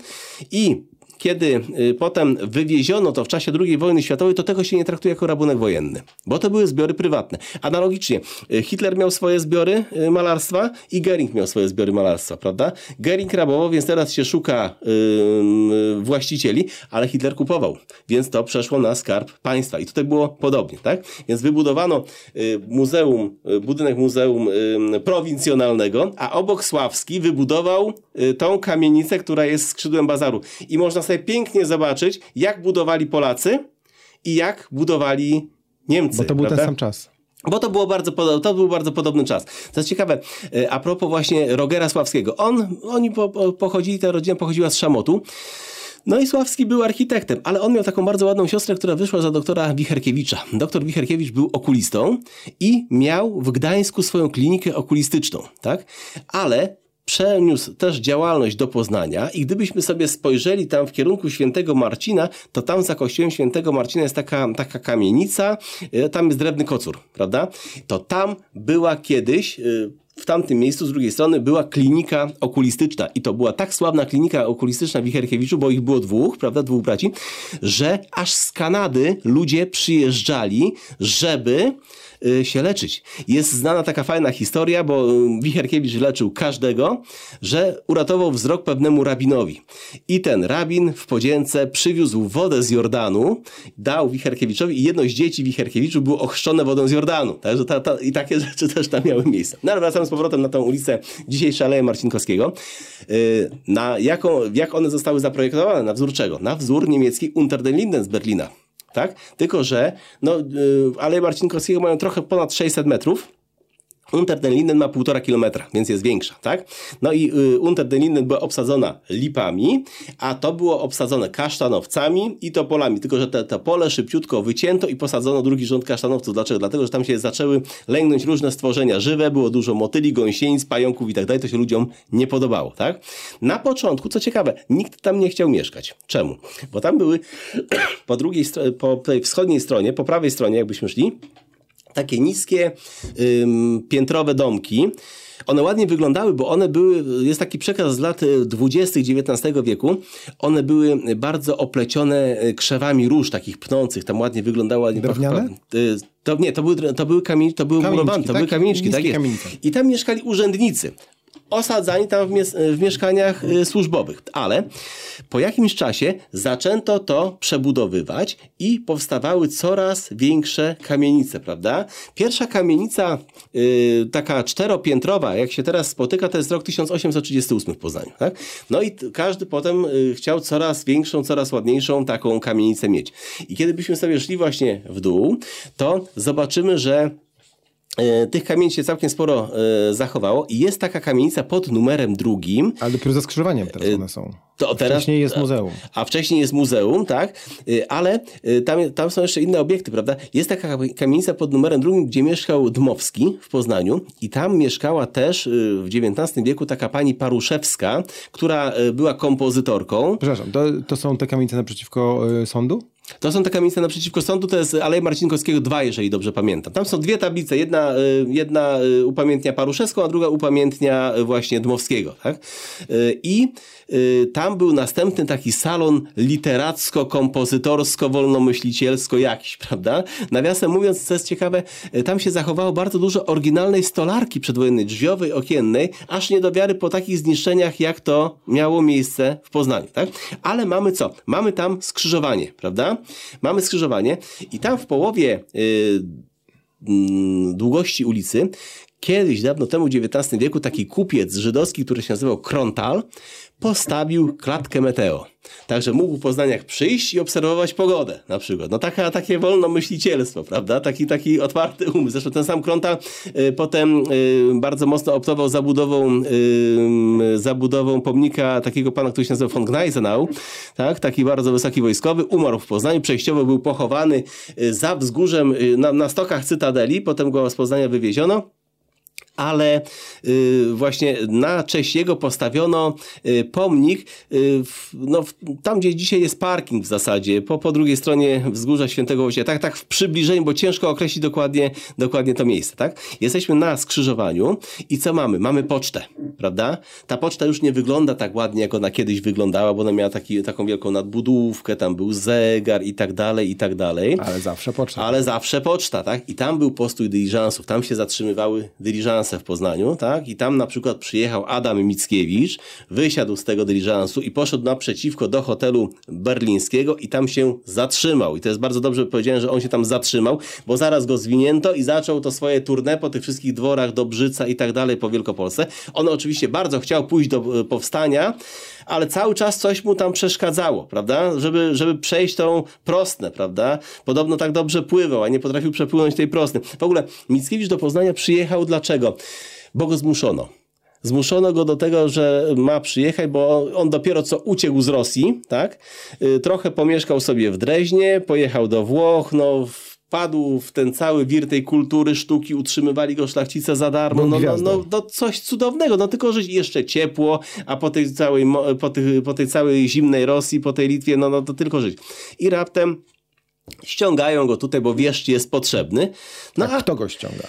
i kiedy y, potem wywieziono to w czasie drugiej wojny światowej, to tego się nie traktuje jako rabunek wojenny, bo to były zbiory prywatne. Analogicznie y, Hitler miał swoje zbiory y, malarstwa i Goering miał swoje zbiory malarstwa, prawda? Goering rabował, więc teraz się szuka y, y, właścicieli, ale Hitler kupował, więc to przeszło na skarb państwa i tutaj było podobnie, tak? Więc wybudowano y, muzeum, y, budynek muzeum y, prowincjonalnego, a obok Sławski wybudował y, tą kamienicę, która jest skrzydłem bazaru i można sobie pięknie zobaczyć, jak budowali Polacy i jak budowali Niemcy.
Bo to był
prawda?
ten sam czas.
Bo to, było bardzo, to był bardzo podobny czas. To jest ciekawe, a propos właśnie Rogera Sławskiego. On, oni po, po, pochodzili, ta rodzina pochodziła z Szamotu. No i Sławski był architektem, ale on miał taką bardzo ładną siostrę, która wyszła za doktora Wicherkiewicza. Doktor Wicherkiewicz był okulistą i miał w Gdańsku swoją klinikę okulistyczną, tak? Ale przeniósł też działalność do Poznania i gdybyśmy sobie spojrzeli tam w kierunku Świętego Marcina, to tam za kościołem Świętego Marcina jest taka, taka kamienica, tam jest drewny kocur, prawda? To tam była kiedyś, w tamtym miejscu z drugiej strony była klinika okulistyczna i to była tak sławna klinika okulistyczna w Wicherkiewiczu, bo ich było dwóch, prawda, dwóch braci, że aż z Kanady ludzie przyjeżdżali, żeby się leczyć. Jest znana taka fajna historia, bo Wicherkiewicz leczył każdego, że uratował wzrok pewnemu rabinowi. I ten rabin w podzięce przywiózł wodę z Jordanu, dał Wicherkiewiczowi i jedno z dzieci Wicherkiewiczu było ochrzczone wodą z Jordanu. Także ta, ta, i takie rzeczy też tam miały miejsce. No ale wracamy z powrotem na tą ulicę dzisiejszej Aleje Marcinkowskiego. Na jaką, jak one zostały zaprojektowane? Na wzór czego? Na wzór niemiecki Unter den Linden z Berlina. Tak? Tylko, że no, yy, Aleje Marcinkowskiego mają trochę ponad sześćset metrów. Unter den Linden ma półtora kilometra, więc jest większa, tak? No i y, Unter den Linden była obsadzona lipami, a to było obsadzone kasztanowcami i topolami, tylko że te, te pole szybciutko wycięto i posadzono drugi rząd kasztanowców. Dlaczego? Dlatego, że tam się zaczęły lęgnąć różne stworzenia żywe, było dużo motyli, gąsienic, pająków i tak dalej, to się ludziom nie podobało, tak? Na początku, co ciekawe, nikt tam nie chciał mieszkać. Czemu? Bo tam były po drugiej, po tej wschodniej stronie, po prawej stronie, jakbyśmy szli, takie niskie, ym, piętrowe domki. One ładnie wyglądały, bo one były, jest taki przekaz z lat dwudziestych dziewiętnastego wieku, one były bardzo oplecione krzewami róż, takich pnących, tam ładnie wyglądało.
Drewniane?
To, nie, to były, to były, kamieni, to były murowane, to tak? były kamieniczki, tak jest. Kamienice. I tam mieszkali urzędnicy. Osadzani tam w, mies- w mieszkaniach y, służbowych, ale po jakimś czasie zaczęto to przebudowywać i powstawały coraz większe kamienice, prawda? Pierwsza kamienica y, taka czteropiętrowa, jak się teraz spotyka, to jest rok tysiąc osiemset trzydziesty ósmy w Poznaniu, tak? No i t- każdy potem y, chciał coraz większą, coraz ładniejszą taką kamienicę mieć. I kiedy byśmy sobie szli właśnie w dół, to zobaczymy, że tych kamienic się całkiem sporo e, zachowało i jest taka kamienica pod numerem drugim.
Ale dopiero za skrzyżowaniem teraz one są.
To teraz,
wcześniej jest muzeum.
A, a wcześniej jest muzeum, tak? Ale tam, tam są jeszcze inne obiekty, prawda? Jest taka kamienica pod numerem drugim, gdzie mieszkał Dmowski w Poznaniu i tam mieszkała też w dziewiętnastym wieku taka pani Paruszewska, która była kompozytorką.
Przepraszam, to, to są te kamienice naprzeciwko y, sądu?
To są te kamienice naprzeciwko sądu, to jest Aleja Marcinkowskiego dwa, jeżeli dobrze pamiętam. Tam są dwie tablice, jedna, jedna upamiętnia Paruszewską, a druga upamiętnia właśnie Dmowskiego, tak? I tam był następny taki salon literacko-kompozytorsko-wolnomyślicielsko jakiś, prawda? Nawiasem mówiąc, co jest ciekawe, tam się zachowało bardzo dużo oryginalnej stolarki przedwojennej, drzwiowej, okiennej, aż nie do wiary po takich zniszczeniach, jak to miało miejsce w Poznaniu, tak? Ale mamy co? Mamy tam skrzyżowanie, prawda? Mamy skrzyżowanie i tam w połowie yy, yy, długości ulicy kiedyś, dawno temu w dziewiętnastym wieku, taki kupiec żydowski, który się nazywał Krontal, postawił klatkę meteo. Także mógł w Poznaniach przyjść i obserwować pogodę na przykład. No taka, takie wolnomyślicielstwo, prawda? Taki, taki otwarty umysł. Zresztą ten sam Krontal y, potem y, bardzo mocno optował zabudową, y, zabudową pomnika takiego pana, który się nazywał von Gneisenau, tak? Taki bardzo wysoki wojskowy. Umarł w Poznaniu, przejściowo był pochowany y, za wzgórzem y, na, na stokach Cytadeli. Potem go z Poznania wywieziono. Ale y, właśnie na cześć jego postawiono y, pomnik y, w, no, w, tam, gdzie dzisiaj jest parking w zasadzie, po, po drugiej stronie wzgórza Świętego Wojciecha, tak, tak w przybliżeniu, bo ciężko określić dokładnie, dokładnie to miejsce, tak? Jesteśmy na skrzyżowaniu i co mamy? Mamy pocztę, prawda? Ta poczta już nie wygląda tak ładnie, jak ona kiedyś wyglądała, bo ona miała taki, taką wielką nadbudówkę, tam był zegar i tak dalej, i tak dalej.
Ale zawsze poczta.
Ale zawsze poczta, tak? I tam był postój dyliżansów, tam się zatrzymywały dyliżanse w Poznaniu, tak? I tam na przykład przyjechał Adam Mickiewicz, wysiadł z tego dyliżansu i poszedł naprzeciwko do hotelu berlińskiego i tam się zatrzymał. I to jest bardzo dobrze powiedziane, że on się tam zatrzymał, bo zaraz go zwinięto i zaczął to swoje tournée po tych wszystkich dworach do Brzyca i tak dalej po Wielkopolsce. On oczywiście bardzo chciał pójść do powstania, ale cały czas coś mu tam przeszkadzało, prawda? Żeby, żeby przejść tą Prostnę, prawda? Podobno tak dobrze pływał, a nie potrafił przepłynąć tej Prostny. W ogóle Mickiewicz do Poznania przyjechał dlaczego? Bo go zmuszono. Zmuszono go do tego, że ma przyjechać, bo on dopiero co uciekł z Rosji, tak? Trochę pomieszkał sobie w Dreźnie, pojechał do Włoch, no wpadł w ten cały wir tej kultury, sztuki, utrzymywali go szlachcice za darmo, no, no, no, no coś cudownego, no tylko, że jeszcze ciepło, a po tej całej, po tej, po tej całej zimnej Rosji, po tej Litwie, no, no to tylko żyć. I raptem ściągają go tutaj, bo wieszcz jest potrzebny.
No, a kto go ściąga?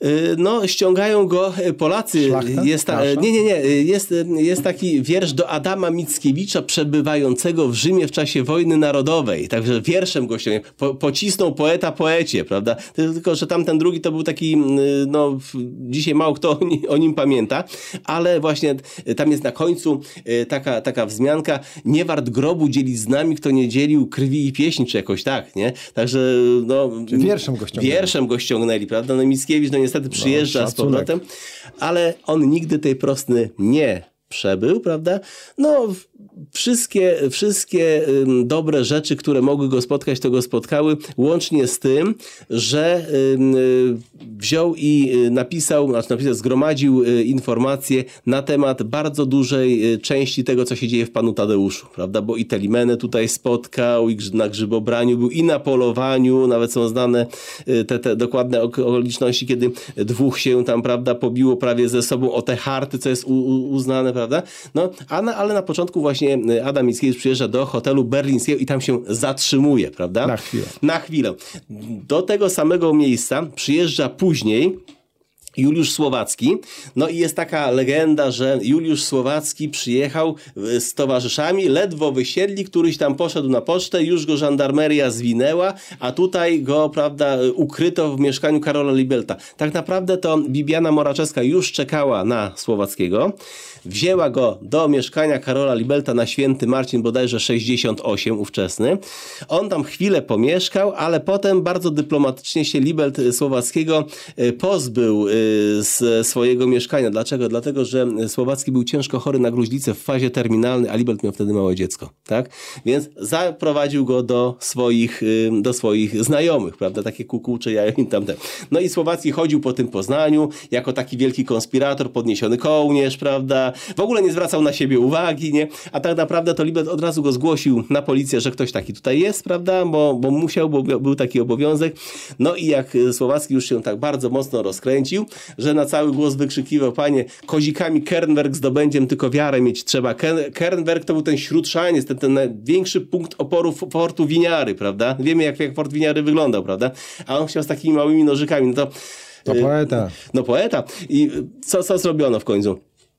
No, ściągają go Polacy.
Szlachta?
Jest ta, nie, nie, nie. Jest, jest taki wiersz do Adama Mickiewicza przebywającego w Rzymie w czasie wojny narodowej. Także wierszem go ściągają. Po, pocisnął poeta poecie, prawda? Tylko, że tamten drugi to był taki, no, dzisiaj mało kto o nim, o nim pamięta, ale właśnie tam jest na końcu taka, taka wzmianka: nie wart grobu dzielić z nami, kto nie dzielił krwi i pieśni, czy jakoś tak, nie? Także, no...
Czyli wierszem go ściągnęli.
Wierszem go ściągnęli, prawda? No Mickiewicz, no niestety przyjeżdża no, z powrotem, ale on nigdy tej Prostny nie przebył, prawda? No, wszystkie, wszystkie ym, dobre rzeczy, które mogły go spotkać, to go spotkały, łącznie z tym, że ym, y, wziął i y, napisał, znaczy napisał, zgromadził y, informacje na temat bardzo dużej y, części tego, co się dzieje w Panu Tadeuszu, prawda? Bo i Telimenę tutaj spotkał, i na grzybobraniu był, i na polowaniu, nawet są znane y, te, te dokładne okoliczności, kiedy dwóch się tam, prawda, pobiło prawie ze sobą o te harty, co jest u, u, uznane, prawda? No, a na, ale na początku właśnie Adam Mickiewicz przyjeżdża do hotelu berlińskiego i tam się zatrzymuje, prawda?
Na chwilę.
Na chwilę. Do tego samego miejsca przyjeżdża później Juliusz Słowacki. No i jest taka legenda, że Juliusz Słowacki przyjechał z towarzyszami, ledwo wysiedli, któryś tam poszedł na pocztę, już go żandarmeria zwinęła, a tutaj go, prawda, ukryto w mieszkaniu Karola Libelta. Tak naprawdę to Bibiana Moraczewska już czekała na Słowackiego, wzięła go do mieszkania Karola Libelta na Święty Marcin, bodajże sześćdziesiąt osiem ówczesny. On tam chwilę pomieszkał, ale potem bardzo dyplomatycznie się Libelt Słowackiego pozbył z swojego mieszkania. Dlaczego? Dlatego, że Słowacki był ciężko chory na gruźlicę w fazie terminalnej, a Libelt miał wtedy małe dziecko, tak? Więc zaprowadził go do swoich, do swoich znajomych, prawda? Takie kukucze jajo im tamte. No i Słowacki chodził po tym Poznaniu jako taki wielki konspirator, podniesiony kołnierz, prawda? W ogóle nie zwracał na siebie uwagi, nie? A tak naprawdę to Libelt od razu go zgłosił na policję, że ktoś taki tutaj jest, prawda? Bo, bo musiał, bo był taki obowiązek. No i jak Słowacki już się tak bardzo mocno rozkręcił, że na cały głos wykrzykiwał: panie, kozikami Kernwerk zdobędziem tylko wiarę mieć trzeba. Kernwerk to był ten śródszaniec, ten, ten największy punkt oporu portu Winiary, prawda? Wiemy, jak, jak port Winiary wyglądał, prawda? A on chciał z takimi małymi nożykami. No to,
to poeta.
No poeta. I co, co zrobiono w końcu?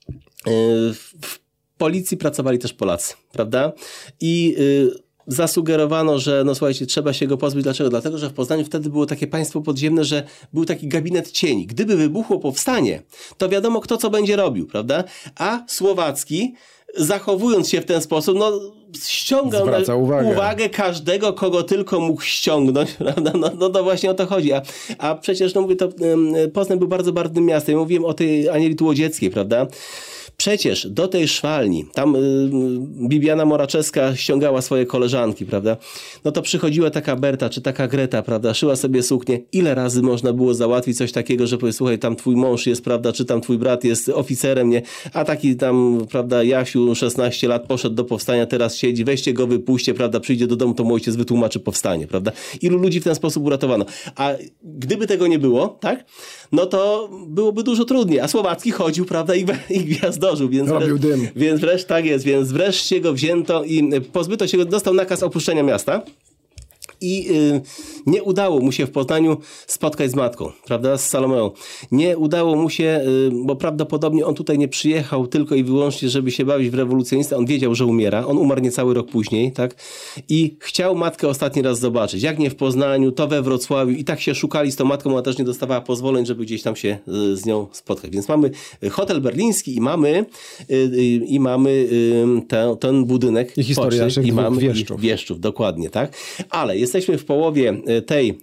W policji pracowali też Polacy, prawda? I zasugerowano, że no słuchajcie, trzeba się go pozbyć. Dlaczego? Dlatego, że w Poznaniu wtedy było takie państwo podziemne, że był taki gabinet cieni. Gdyby wybuchło powstanie, to wiadomo, kto co będzie robił, prawda? A Słowacki zachowując się w ten sposób, no ściągał na
uwagę.
uwagę każdego, kogo tylko mógł ściągnąć, prawda? No, no to właśnie o to chodzi. A, a przecież, no mówię, to Poznań był bardzo barwnym miastem. Ja mówiłem o tej Anieli Tułodzieckiej, prawda? Przecież do tej szwalni, tam y, Bibiana Moraczewska ściągała swoje koleżanki, prawda? No to przychodziła taka Berta, czy taka Greta, prawda? Szyła sobie suknię. Ile razy można było załatwić coś takiego, że powie, słuchaj, tam twój mąż jest, prawda? Czy tam twój brat jest oficerem, nie? A taki tam, prawda, Jasiu, szesnaście lat, poszedł do powstania, teraz siedzi, weźcie go, wypuśćcie, prawda? Przyjdzie do domu, to mu ojciec wytłumaczy powstanie, prawda? Ilu ludzi w ten sposób uratowano. A gdyby tego nie było, tak? No to byłoby dużo trudniej. A Słowacki chodził, prawda? I, i gwiazdo. Więc,
robił dym.
Więc wreszcie tak jest, więc wreszcie go wzięto i pozbyto się go, dostał nakaz opuszczenia miasta. I y, nie udało mu się w Poznaniu spotkać z matką, prawda, z Salomeą. Nie udało mu się, y, bo prawdopodobnie on tutaj nie przyjechał tylko i wyłącznie, żeby się bawić w rewolucjonistę. On wiedział, że umiera. On umarł niecały rok później, tak? I chciał matkę ostatni raz zobaczyć. Jak nie w Poznaniu, to we Wrocławiu. I tak się szukali z tą matką, ona też nie dostawała pozwoleń, żeby gdzieś tam się y, z nią spotkać. Więc mamy hotel berliński i mamy y, y, i mamy y, ten, ten budynek.
I historia naszych
i mamy
wieszczów.
Wieszczów, dokładnie, tak? Ale jest Jesteśmy w połowie tej,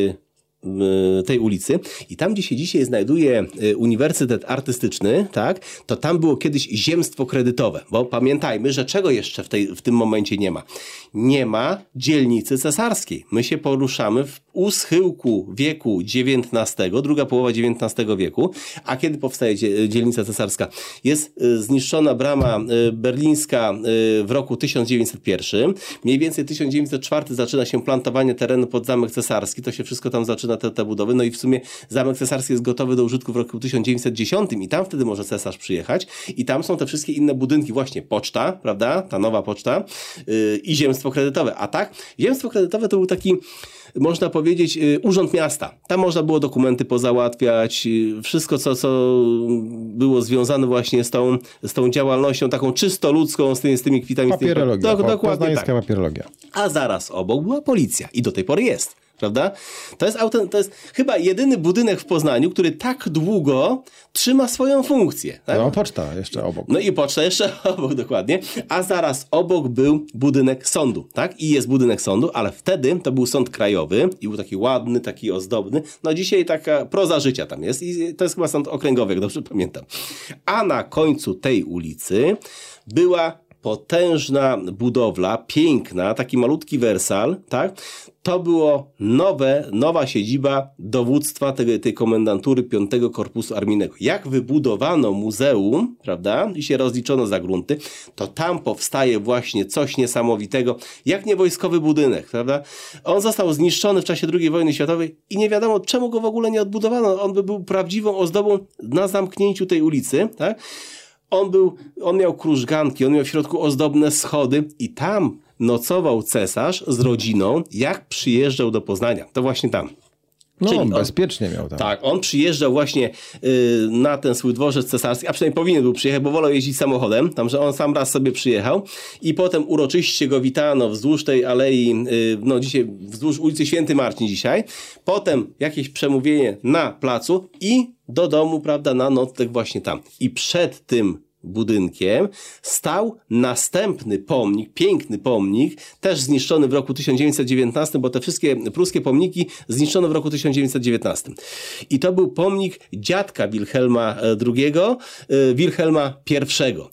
tej ulicy i tam, gdzie się dzisiaj znajduje Uniwersytet Artystyczny, tak, to tam było kiedyś ziemstwo kredytowe, bo pamiętajmy, że czego jeszcze w, tej, w tym momencie nie ma? Nie ma dzielnicy cesarskiej. My się poruszamy w u schyłku wieku dziewiętnastego, druga połowa dziewiętnastego wieku, a kiedy powstaje dzielnica cesarska? Jest zniszczona brama berlińska w roku tysiąc dziewięćset jeden. Mniej więcej tysiąc dziewięćset czwarty zaczyna się plantowanie terenu pod Zamek Cesarski. To się wszystko tam zaczyna, te, te budowy. No i w sumie Zamek Cesarski jest gotowy do użytku w roku tysiąc dziewięćset dziesiątym i tam wtedy może cesarz przyjechać. I tam są te wszystkie inne budynki. Właśnie poczta, prawda? Ta nowa poczta yy, i ziemstwo kredytowe. A tak, ziemstwo kredytowe to był taki, można powiedzieć, urząd miasta. Tam można było dokumenty pozałatwiać, wszystko, co, co było związane właśnie z tą, z tą działalnością taką czysto ludzką, z tymi, z tymi kwitami.
Papierologia,
z tymi, do, dokładnie
poznańska
tak.
papierologia.
A zaraz obok była policja i do tej pory jest. Prawda? To jest, to jest chyba jedyny budynek w Poznaniu, który tak długo trzyma swoją funkcję. Tak?
No, poczta jeszcze obok.
No i poczta jeszcze obok, dokładnie. A zaraz obok był budynek sądu, tak? I jest budynek sądu, ale wtedy to był sąd krajowy i był taki ładny, taki ozdobny. No dzisiaj taka proza życia tam jest i to jest chyba sąd okręgowy, jak dobrze pamiętam. A na końcu tej ulicy była potężna budowla, piękna, taki malutki wersal, tak? To było nowe, nowa siedziba dowództwa tej, tej komendantury piątego Korpusu Armijnego. Jak wybudowano muzeum, prawda, i się rozliczono za grunty, to tam powstaje właśnie coś niesamowitego, jak nie wojskowy budynek, prawda? On został zniszczony w czasie drugiej wojny światowej i nie wiadomo, czemu go w ogóle nie odbudowano. On by był prawdziwą ozdobą na zamknięciu tej ulicy, tak? On był, on miał krużganki, on miał w środku ozdobne schody i tam nocował cesarz z rodziną, jak przyjeżdżał do Poznania. To właśnie tam.
No,
Czyli
on
on
bezpiecznie miał tam.
Tak, on przyjeżdżał właśnie y, na ten swój dworzec cesarski, a przynajmniej powinien był przyjechać, bo wolał jeździć samochodem, tam, że on sam raz sobie przyjechał i potem uroczyście go witano wzdłuż tej alei, y, no dzisiaj wzdłuż ulicy Święty Marcin dzisiaj, potem jakieś przemówienie na placu i do domu, prawda, na nocleg właśnie tam. I przed tym budynkiem stał następny pomnik, piękny pomnik, też zniszczony w roku tysiąc dziewięćset dziewiętnastym, bo te wszystkie pruskie pomniki zniszczono w roku tysiąc dziewięćset dziewiętnastym. I to był pomnik dziadka Wilhelma drugiego, Wilhelma pierwszego.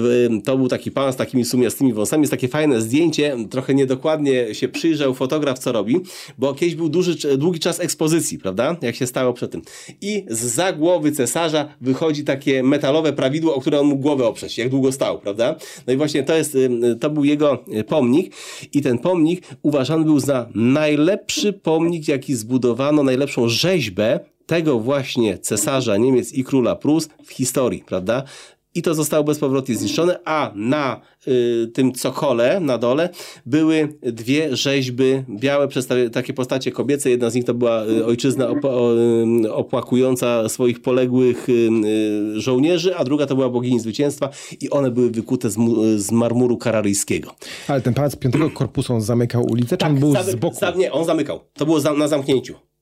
To był taki pan z takimi sumiastymi wąsami. Jest takie fajne zdjęcie, trochę niedokładnie się przyjrzał fotograf, co robi, bo kiedyś był duży, długi czas ekspozycji, prawda? Jak się stało przed tym. I zza głowy cesarza wychodzi takie metalowe prawidło, o które on mógł głowę oprzeć, jak długo stał, prawda? No i właśnie to jest, to był jego pomnik i ten pomnik uważany był za najlepszy pomnik, jaki zbudowano, najlepszą rzeźbę tego właśnie cesarza Niemiec i króla Prus w historii, prawda? I to zostało bezpowrotnie zniszczone, a na y, tym cokole, na dole, były dwie rzeźby białe, takie postacie kobiece. Jedna z nich to była y, ojczyzna op y, opłakująca swoich poległych y, y, żołnierzy, a druga to była bogini zwycięstwa i one były wykute z, z marmuru kararyjskiego.
Ale ten pałac piątego Korpusu, on zamykał ulicę, czy
tak,
on był
zamy,
z boku?
Za, nie, on zamykał. To było za, na zamknięciu.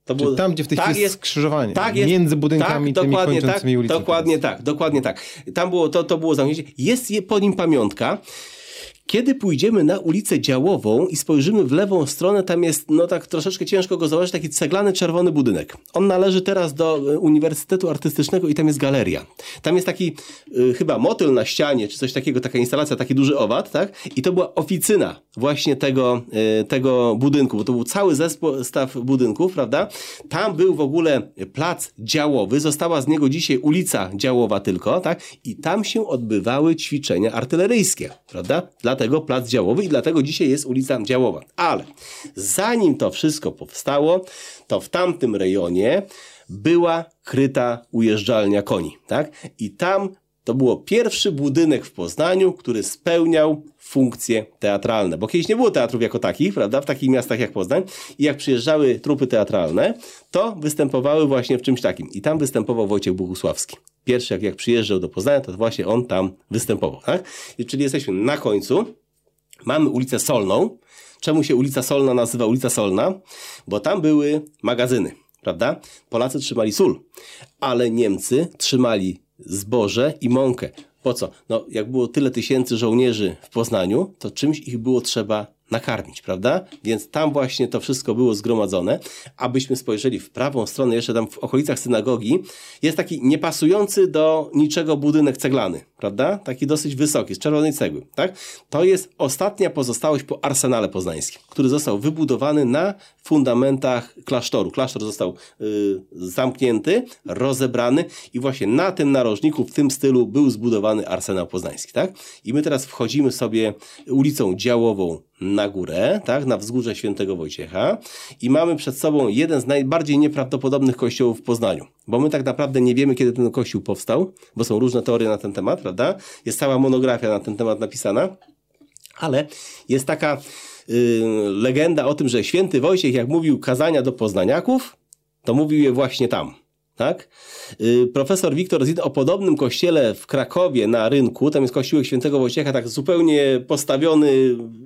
To
było, tam, gdzie w tej tak chwili jest skrzyżowanie, tak jest, między budynkami
tak,
tymi kończącymi
tak,
ulicami.
Dokładnie tak, dokładnie tak. Tam było, to, to było zamknięcie. Jest po nim pamiątka. Kiedy pójdziemy na ulicę Działową i spojrzymy w lewą stronę, tam jest, no tak troszeczkę ciężko go zobaczyć, taki ceglany, czerwony budynek. On należy teraz do Uniwersytetu Artystycznego i tam jest galeria. Tam jest taki y, chyba motyl na ścianie, czy coś takiego, taka instalacja, taki duży owad, tak? I to była oficyna właśnie tego, y, tego budynku, bo to był cały zestaw budynków, prawda? Tam był w ogóle plac działowy, została z niego dzisiaj ulica Działowa tylko, tak? I tam się odbywały ćwiczenia artyleryjskie, prawda? Dlatego plac działowy i dlatego dzisiaj jest ulica Działowa. Ale zanim to wszystko powstało, to w tamtym rejonie była kryta ujeżdżalnia koni, tak? I tam to było pierwszy budynek w Poznaniu, który spełniał funkcje teatralne, bo kiedyś nie było teatrów jako takich, prawda, w takich miastach jak Poznań i jak przyjeżdżały trupy teatralne, to występowały właśnie w czymś takim i tam występował Wojciech Bohusławski. Pierwszy jak, jak przyjeżdżał do Poznania, to właśnie on tam występował, tak? I czyli jesteśmy na końcu, mamy ulicę Solną. Czemu się ulica Solna nazywa ulica Solna? Bo tam były magazyny, prawda? Polacy trzymali sól, ale Niemcy trzymali zboże i mąkę. Po co? No, jak było tyle tysięcy żołnierzy w Poznaniu, to czymś ich było trzeba nakarmić, prawda? Więc tam właśnie to wszystko było zgromadzone. Abyśmy spojrzeli w prawą stronę, jeszcze tam w okolicach synagogi, jest taki niepasujący do niczego budynek ceglany, prawda? Taki dosyć wysoki, z czerwonej cegły, tak? To jest ostatnia pozostałość po arsenale poznańskim, który został wybudowany na fundamentach klasztoru. Klasztor został y, zamknięty, rozebrany i właśnie na tym narożniku, w tym stylu był zbudowany arsenał poznański, tak? I my teraz wchodzimy sobie ulicą Działową na górę, tak, na wzgórze Świętego Wojciecha i mamy przed sobą jeden z najbardziej nieprawdopodobnych kościołów w Poznaniu, bo my tak naprawdę nie wiemy, kiedy ten kościół powstał, bo są różne teorie na ten temat, prawda? Jest cała monografia na ten temat napisana, ale jest taka yy, legenda o tym, że Święty Wojciech, jak mówił kazania do poznaniaków, to mówił je właśnie tam. Tak? Yy, profesor Wiktor Zin o podobnym kościele w Krakowie na rynku, tam jest kościółek Świętego Wojciecha, tak zupełnie postawiony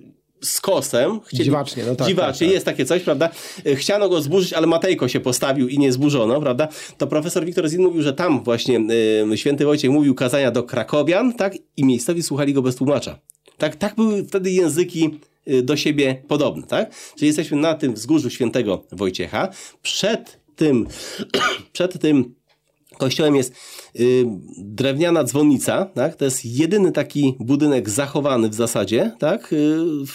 z kosem. Chcieli,
dziwacznie, no tak.
Dziwacznie, tak, tak. Jest takie coś, prawda? Chciano go zburzyć, ale Matejko się postawił i nie zburzono, prawda? To profesor Wiktor Zin mówił, że tam właśnie yy, Święty Wojciech mówił kazania do krakowian, tak? I miejscowi słuchali go bez tłumacza. Tak, tak były wtedy języki yy, do siebie podobne, tak? Czyli jesteśmy na tym wzgórzu Świętego Wojciecha. Przed tym, przed tym kościołem jest y, drewniana dzwonnica, tak? To jest jedyny taki budynek zachowany w zasadzie, tak? Y,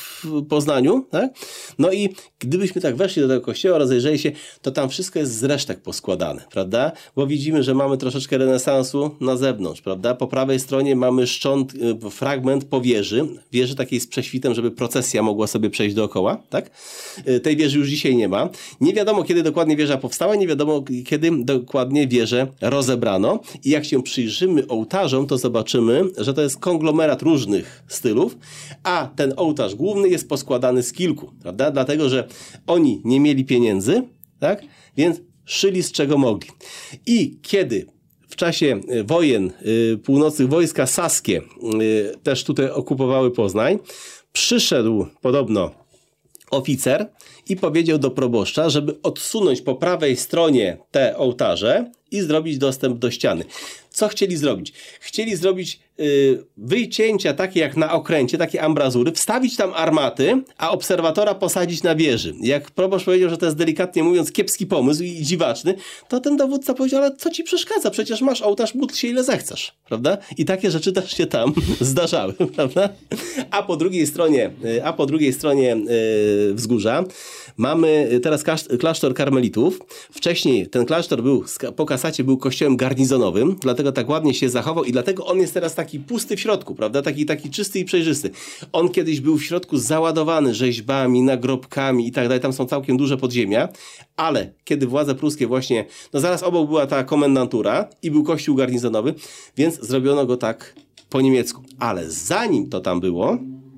w Poznaniu, tak? No i gdybyśmy tak weszli do tego kościoła, rozejrzeli się, to tam wszystko jest z resztek poskładane, prawda? Bo widzimy, że mamy troszeczkę renesansu na zewnątrz, prawda? Po prawej stronie mamy szcząt, y, fragment po wieży, wieży takiej z prześwitem, żeby procesja mogła sobie przejść dookoła, tak? Y, tej wieży już dzisiaj nie ma. Nie wiadomo, kiedy dokładnie wieża powstała, nie wiadomo, kiedy dokładnie wieżę rozebrano i jak się przyjrzymy ołtarzom, to zobaczymy, że to jest konglomerat różnych stylów, a ten ołtarz główny jest poskładany z kilku, prawda? Dlatego, że oni nie mieli pieniędzy, tak? Więc szyli z czego mogli. I kiedy w czasie wojen y, północnych wojska saskie y, też tutaj okupowały Poznań, przyszedł podobno oficer i powiedział do proboszcza, żeby odsunąć po prawej stronie te ołtarze i zrobić dostęp do ściany. Co chcieli zrobić? Chcieli zrobić yy, wycięcia takie jak na okręcie, takie ambrazury, wstawić tam armaty, a obserwatora posadzić na wieży. Jak proboszcz powiedział, że to jest delikatnie mówiąc kiepski pomysł i dziwaczny, to ten dowódca powiedział, ale co ci przeszkadza? Przecież masz ołtarz, módl się ile zechcesz, prawda? I takie rzeczy też się tam zdarzały, prawda? A po drugiej stronie, yy, a po drugiej stronie yy, wzgórza mamy teraz klasztor karmelitów. Wcześniej ten klasztor był, po kasacie był kościołem garnizonowym, dlatego tak ładnie się zachował i dlatego on jest teraz taki pusty w środku, prawda? Taki, taki czysty i przejrzysty. On kiedyś był w środku załadowany rzeźbami, nagrobkami i tak dalej. Tam są całkiem duże podziemia, ale kiedy władze pruskie właśnie, no zaraz obok była ta komendantura i był kościół garnizonowy, więc zrobiono go tak po niemiecku. Ale zanim to tam było,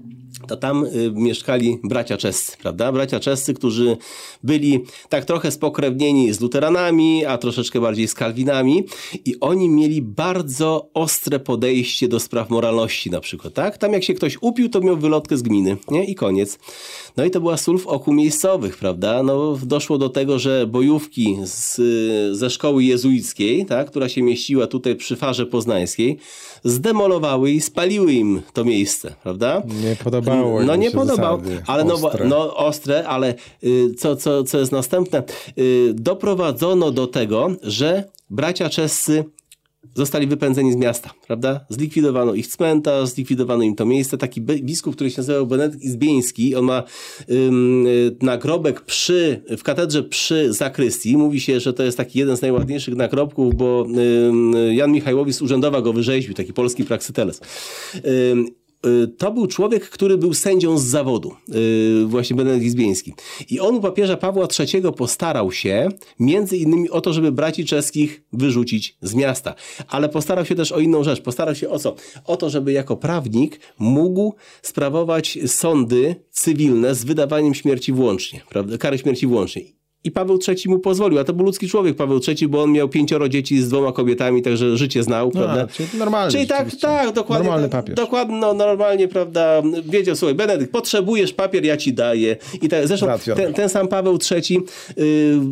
to tam y, mieszkali bracia czescy, prawda? Bracia czescy, którzy byli tak trochę spokrewnieni z luteranami, a troszeczkę bardziej z kalwinami i oni mieli bardzo ostre podejście do spraw moralności na przykład, tak? Tam jak się ktoś upił, to miał wylotkę z gminy, nie? I koniec. No i to była sól w oku miejscowych, prawda? No doszło do tego, że bojówki z, ze szkoły jezuickiej, tak? Która się mieściła tutaj przy Farze Poznańskiej, zdemolowały i spaliły im to miejsce, prawda?
Nie podobało
No nie
się
podobało,
zasady,
ale no,
ostre.
no ostre, ale y, co, co, co jest następne? Y, doprowadzono do tego, że bracia czescy zostali wypędzeni z miasta, prawda? Zlikwidowano ich cmentarz, zlikwidowano im to miejsce. Taki biskup, który się nazywał Benedykt Izbieński, on ma ym, nagrobek przy, w katedrze przy zakrystii. Mówi się, że to jest taki jeden z najładniejszych nagrobków, bo ym, Jan Michajłowicz z Urzędowa go wyrzeźbił, taki polski Praksyteles. Ym, To był człowiek, który był sędzią z zawodu, yy, właśnie Benedykt Izbieński. I on u papieża Pawła trzeciego postarał się między innymi o to, żeby braci czeskich wyrzucić z miasta. Ale postarał się też o inną rzecz. Postarał się o co? O to, żeby jako prawnik mógł sprawować sądy cywilne z wydawaniem śmierci włącznie, prawda? Kary śmierci włącznie. I Paweł trzeci mu pozwolił, a to był ludzki człowiek Paweł trzeci, bo on miał pięcioro dzieci z dwoma kobietami, także życie znał, no, prawda?
Czyli normalny.
Czyli tak, tak, dokładnie.
Normalny
tak,
papież.
Dokładnie, no, normalnie, prawda, wiedział, słuchaj, Benedykt, potrzebujesz papier, ja ci daję. I tak, zresztą ten, ten sam Paweł trzeci yy,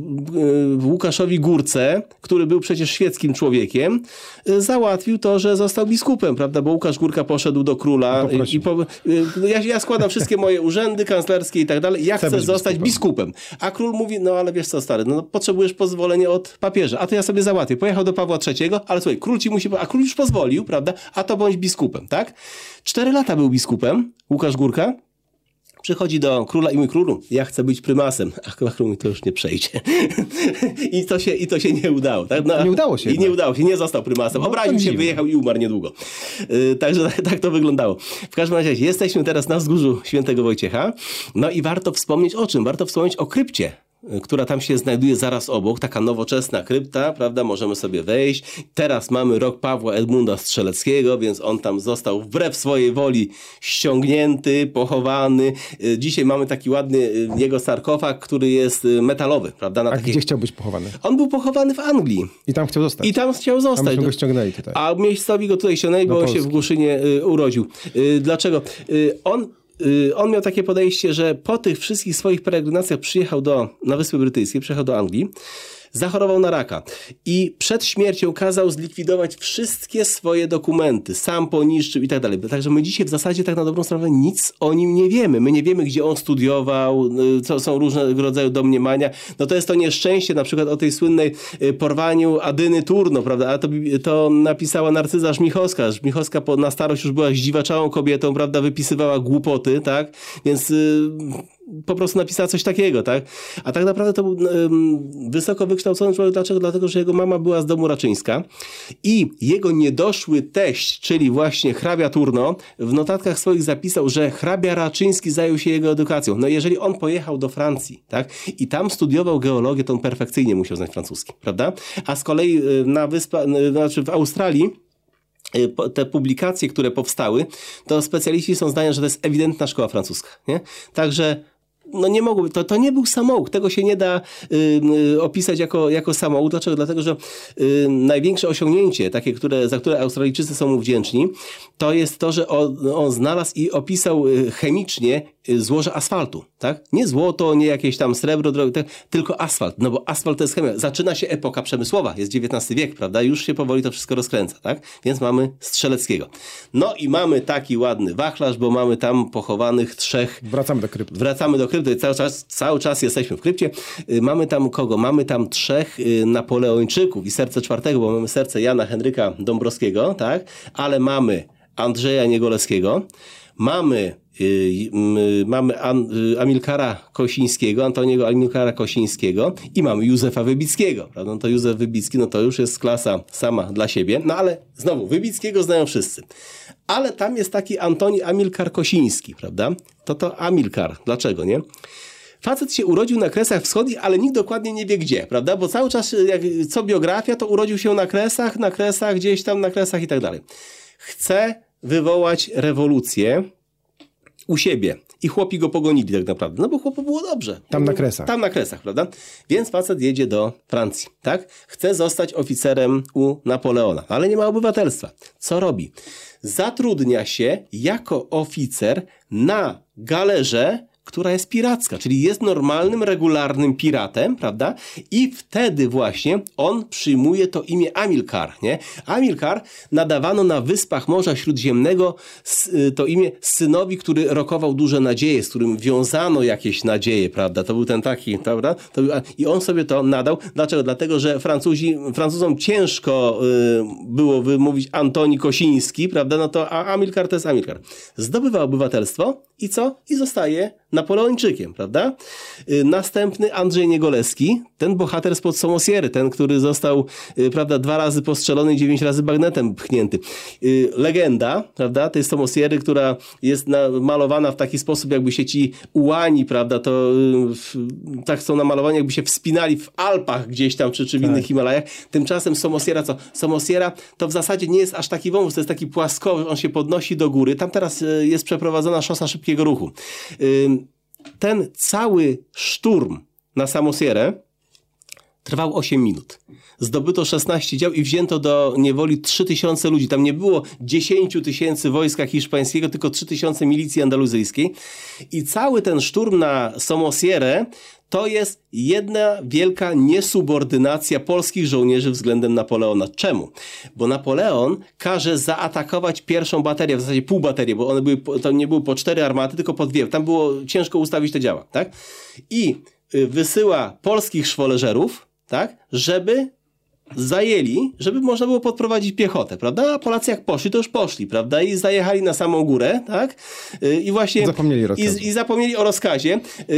yy, Łukaszowi Górce, który był przecież świeckim człowiekiem, yy, załatwił to, że został biskupem, prawda, bo Łukasz Górka poszedł do króla i, i po, yy, ja, ja składam wszystkie moje urzędy kanclerskie i tak dalej, ja chcę, chcę zostać biskupem. biskupem. A król mówi, no ale wiesz co, stary, no potrzebujesz pozwolenia od papieża, a to ja sobie załatwię. Pojechał do Pawła trzeciego, ale słuchaj, król ci musi, a król już pozwolił, prawda, a to bądź biskupem, tak? Cztery lata był biskupem, Łukasz Górka. Przychodzi do króla i mówi, królu, ja chcę być prymasem. A chyba król mi to już nie przejdzie. I, to się, I to się nie udało. Tak? No,
nie udało się.
I nie udało się, nie został prymasem. Obraził się, wyjechał i umarł niedługo. Yy, także tak, tak to wyglądało. W każdym razie jesteśmy teraz na wzgórzu Świętego Wojciecha. No i warto wspomnieć o czym? Warto wspomnieć o krypcie, która tam się znajduje zaraz obok, taka nowoczesna krypta, prawda, możemy sobie wejść. Teraz mamy rok Pawła Edmunda Strzeleckiego, więc on tam został wbrew swojej woli ściągnięty, pochowany. Dzisiaj mamy taki ładny jego sarkofag, który jest metalowy, prawda. Na
A
takiej...
gdzie chciał być pochowany?
On był pochowany w Anglii.
I tam chciał zostać?
I tam chciał zostać.
A myśmy go ściągnęli tutaj.
A miejscowi go tutaj ściągnęli, bo się w Głuszynie y, urodził. Y, dlaczego? Y, on On miał takie podejście, że po tych wszystkich swoich peregrinacjach przyjechał do, na Wyspy Brytyjskie, przyjechał do Anglii, zachorował na raka i przed śmiercią kazał zlikwidować wszystkie swoje dokumenty, sam poniszczył i tak dalej. Także my dzisiaj w zasadzie tak na dobrą sprawę nic o nim nie wiemy. My nie wiemy, gdzie on studiował, co są różnego rodzaju domniemania. No to jest to nieszczęście, na przykład o tej słynnej porwaniu Adyny Turno, prawda? A to, to napisała Narcyza Żmichowska. Żmichowska po, na starość już była zdziwaczałą kobietą, prawda? Wypisywała głupoty, tak? Więc yy, po prostu napisała coś takiego, tak? A tak naprawdę to był yy, wysoko wykształcony człowiek. Dlaczego? Dlatego, że jego mama była z domu Raczyńska i jego niedoszły teść, czyli właśnie hrabia Turno, w notatkach swoich zapisał, że hrabia Raczyński zajął się jego edukacją. No jeżeli on pojechał do Francji, tak? I tam studiował geologię, to on perfekcyjnie musiał znać francuski, prawda? A z kolei na wyspach, znaczy w Australii te publikacje, które powstały, to specjaliści są zdania, że to jest ewidentna szkoła francuska, nie? Także no nie mogłoby, to, to nie był samouk, tego się nie da y, y, opisać jako, jako samouk. Dlaczego? Dlatego, że y, największe osiągnięcie, takie, które, za które Australijczycy są mu wdzięczni, to jest to, że on, on znalazł i opisał chemicznie złoże asfaltu, tak? Nie złoto, nie jakieś tam srebro, drogi, tak? Tylko asfalt, no bo asfalt to jest chemia. Zaczyna się epoka przemysłowa, jest dziewiętnasty wiek, prawda? Już się powoli to wszystko rozkręca, tak? Więc mamy Strzeleckiego. No i mamy taki ładny wachlarz, bo mamy tam pochowanych trzech...
Wracamy do krypty.
Wracamy do krypty, cały czas, cały czas jesteśmy w krypcie. Mamy tam kogo? Mamy tam trzech Napoleończyków i serce czwartego, bo mamy serce Jana Henryka Dąbrowskiego, tak? Ale mamy Andrzeja Niegolewskiego, mamy Yy, yy, mamy An, yy, Amilkara Kosińskiego, Antoniego Amilkara Kosińskiego i mamy Józefa Wybickiego. Prawda? No to Józef Wybicki, no to już jest klasa sama dla siebie. No ale znowu, Wybickiego znają wszyscy. Ale tam jest taki Antoni Amilkar Kosiński, prawda? To to Amilkar. Dlaczego, nie? Facet się urodził na Kresach Wschodnich, ale nikt dokładnie nie wie gdzie, prawda? Bo cały czas, jak, co biografia, to urodził się na Kresach, na Kresach, gdzieś tam na Kresach i tak dalej. Chce wywołać rewolucję u siebie i chłopi go pogonili tak naprawdę, no bo chłopu było dobrze.
Tam na Kresach.
Tam na Kresach, prawda? Więc facet jedzie do Francji, tak? Chce zostać oficerem u Napoleona, ale nie ma obywatelstwa. Co robi? Zatrudnia się jako oficer na galerze, która jest piracka, czyli jest normalnym, regularnym piratem, prawda? I wtedy właśnie on przyjmuje to imię Amilcar, nie? Amilcar nadawano na wyspach Morza Śródziemnego to imię synowi, który rokował duże nadzieje, z którym wiązano jakieś nadzieje, prawda? To był ten taki, prawda? To był, i on sobie to nadał. Dlaczego? Dlatego, że Francuzi, Francuzom ciężko y, było wymówić Antoni Kosiński, prawda? No to a Amilcar to jest Amilcar. Zdobywa obywatelstwo i co? I zostaje Napoleończykiem, prawda? Yy, następny Andrzej Niegolewski, ten bohater spod Somosiery, ten, który został, yy, prawda, dwa razy postrzelony i dziewięć razy bagnetem pchnięty. Yy, legenda, prawda, tej Somosiery, która jest na, malowana w taki sposób, jakby się ci ułani, prawda, to yy, tak są namalowani, jakby się wspinali w Alpach gdzieś tam, czy, czy w tak. innych Himalajach. Tymczasem Somosiera, co? Somosiera to w zasadzie nie jest aż taki wąwóz, to jest taki płaskowy, on się podnosi do góry. Tam teraz yy, jest przeprowadzona szosa szybkiego ruchu. Yy, Ten cały szturm na Samosierę trwał osiem minut. Zdobyto szesnaście dział i wzięto do niewoli trzy tysiące ludzi. Tam nie było dziesięć tysięcy wojska hiszpańskiego, tylko trzy tysiące milicji andaluzyjskiej. I cały ten szturm na Samosierę to jest jedna wielka niesubordynacja polskich żołnierzy względem Napoleona. Czemu? Bo Napoleon każe zaatakować pierwszą baterię, w zasadzie pół baterii, bo one były, to nie były po cztery armaty, tylko po dwie. Tam było ciężko ustawić te działa, tak? I wysyła polskich szwoleżerów, tak? Żeby zajęli, żeby można było podprowadzić piechotę, prawda? A Polacy jak poszli, to już poszli, prawda? I zajechali na samą górę, tak? I właśnie...
Zapomnieli rozkazu.
I, I zapomnieli o rozkazie.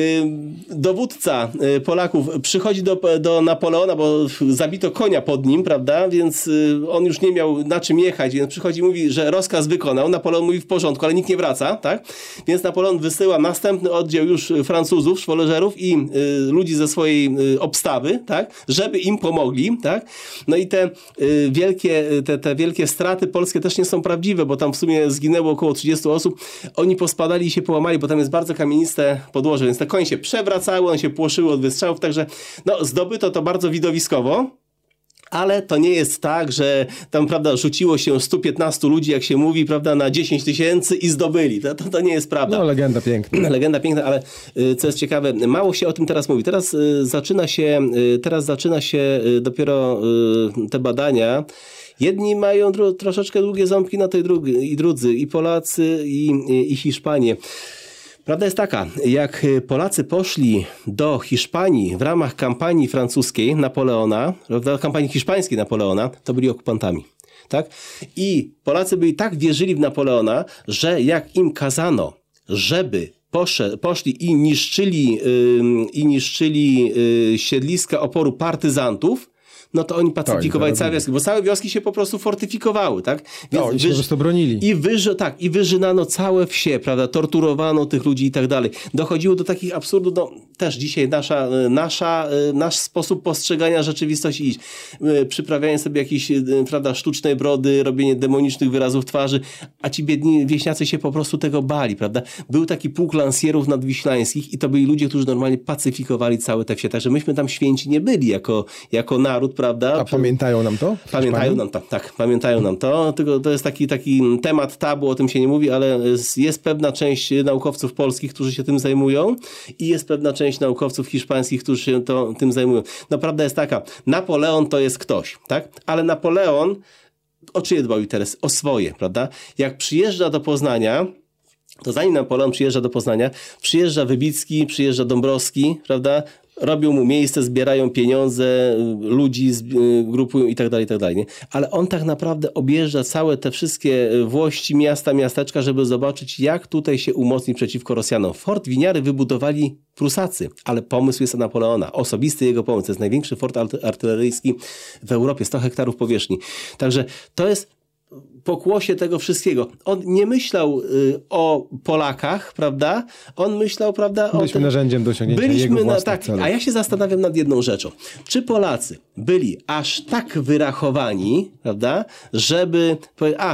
Dowódca Polaków przychodzi do, do Napoleona, bo zabito konia pod nim, prawda? Więc on już nie miał na czym jechać, więc przychodzi i mówi, że rozkaz wykonał. Napoleon mówi w porządku, ale nikt nie wraca, tak? Więc Napoleon wysyła następny oddział już Francuzów, szwoleżerów i y, ludzi ze swojej y, obstawy, tak? Żeby im pomogli, tak? No i te y, wielkie, te, te wielkie straty polskie też nie są prawdziwe, bo tam w sumie zginęło około trzydziestu osób. Oni pospadali i się połamali, bo tam jest bardzo kamieniste podłoże, więc te konie się przewracały, one się płoszyły od wystrzałów, także no, zdobyto to bardzo widowiskowo. Ale to nie jest tak, że tam, prawda, rzuciło się stu piętnastu ludzi, jak się mówi, prawda, na dziesięć tysięcy i zdobyli. To, to, to nie jest prawda.
No, legenda piękna.
Legenda piękna, ale y, co jest ciekawe, mało się o tym teraz mówi. Teraz y, zaczyna się, y, teraz zaczyna się y, dopiero y, te badania. Jedni mają dru- troszeczkę długie ząbki na tej drugiej, i drudzy, i Polacy, i, i, i Hiszpanie. Prawda jest taka, jak Polacy poszli do Hiszpanii w ramach kampanii francuskiej Napoleona, kampanii hiszpańskiej Napoleona, to byli okupantami. Tak? I Polacy byli tak wierzyli w Napoleona, że jak im kazano, żeby posze, poszli i niszczyli, yy, i niszczyli yy, siedliska oporu partyzantów, no to oni pacyfikowali tak, całe wioski, bo całe wioski się po prostu fortyfikowały, tak? Więc
no, oni się po prostu bronili.
I, wyży, tak, I wyżynano całe wsie, prawda? Torturowano tych ludzi i tak dalej. Dochodziło do takich absurdów, no też dzisiaj nasza, nasza, nasz sposób postrzegania rzeczywistości, przyprawianie sobie jakieś, prawda, sztucznej brody, robienie demonicznych wyrazów twarzy, a ci biedni wieśniacy się po prostu tego bali, prawda? Był taki pułk lansjerów nadwiślańskich i to byli ludzie, którzy normalnie pacyfikowali całe te wsie, także myśmy tam święci nie byli jako, jako naród, prawda?
A pamiętają nam to?
Pamiętają nam to, tak, pamiętają nam to. Tylko to jest taki, taki temat tabu, o tym się nie mówi, ale jest pewna część naukowców polskich, którzy się tym zajmują i jest pewna część naukowców hiszpańskich, którzy się to, tym zajmują. No prawda jest taka, Napoleon to jest ktoś, tak? Ale Napoleon o czyje dbał interes? O swoje, prawda? Jak przyjeżdża do Poznania, to zanim Napoleon przyjeżdża do Poznania, przyjeżdża Wybicki, przyjeżdża Dąbrowski, prawda? Robią mu miejsce, zbierają pieniądze, ludzi grupują i tak dalej, i tak dalej. Nie? Ale on tak naprawdę objeżdża całe te wszystkie włości, miasta, miasteczka, żeby zobaczyć, jak tutaj się umocnić przeciwko Rosjanom. Fort Winiary wybudowali Prusacy, ale pomysł jest Napoleona. Osobisty jego pomysł. To jest największy fort artyleryjski w Europie, sto hektarów powierzchni. Także to jest pokłosie tego wszystkiego. On nie myślał y, o Polakach, prawda? On myślał, prawda?
Byliśmy
o tym,
narzędziem do osiągnięcia
byliśmy
jego
na, tak,
celów.
A ja się zastanawiam nad jedną rzeczą. Czy Polacy byli aż tak wyrachowani, prawda? Żeby powiedzieć, a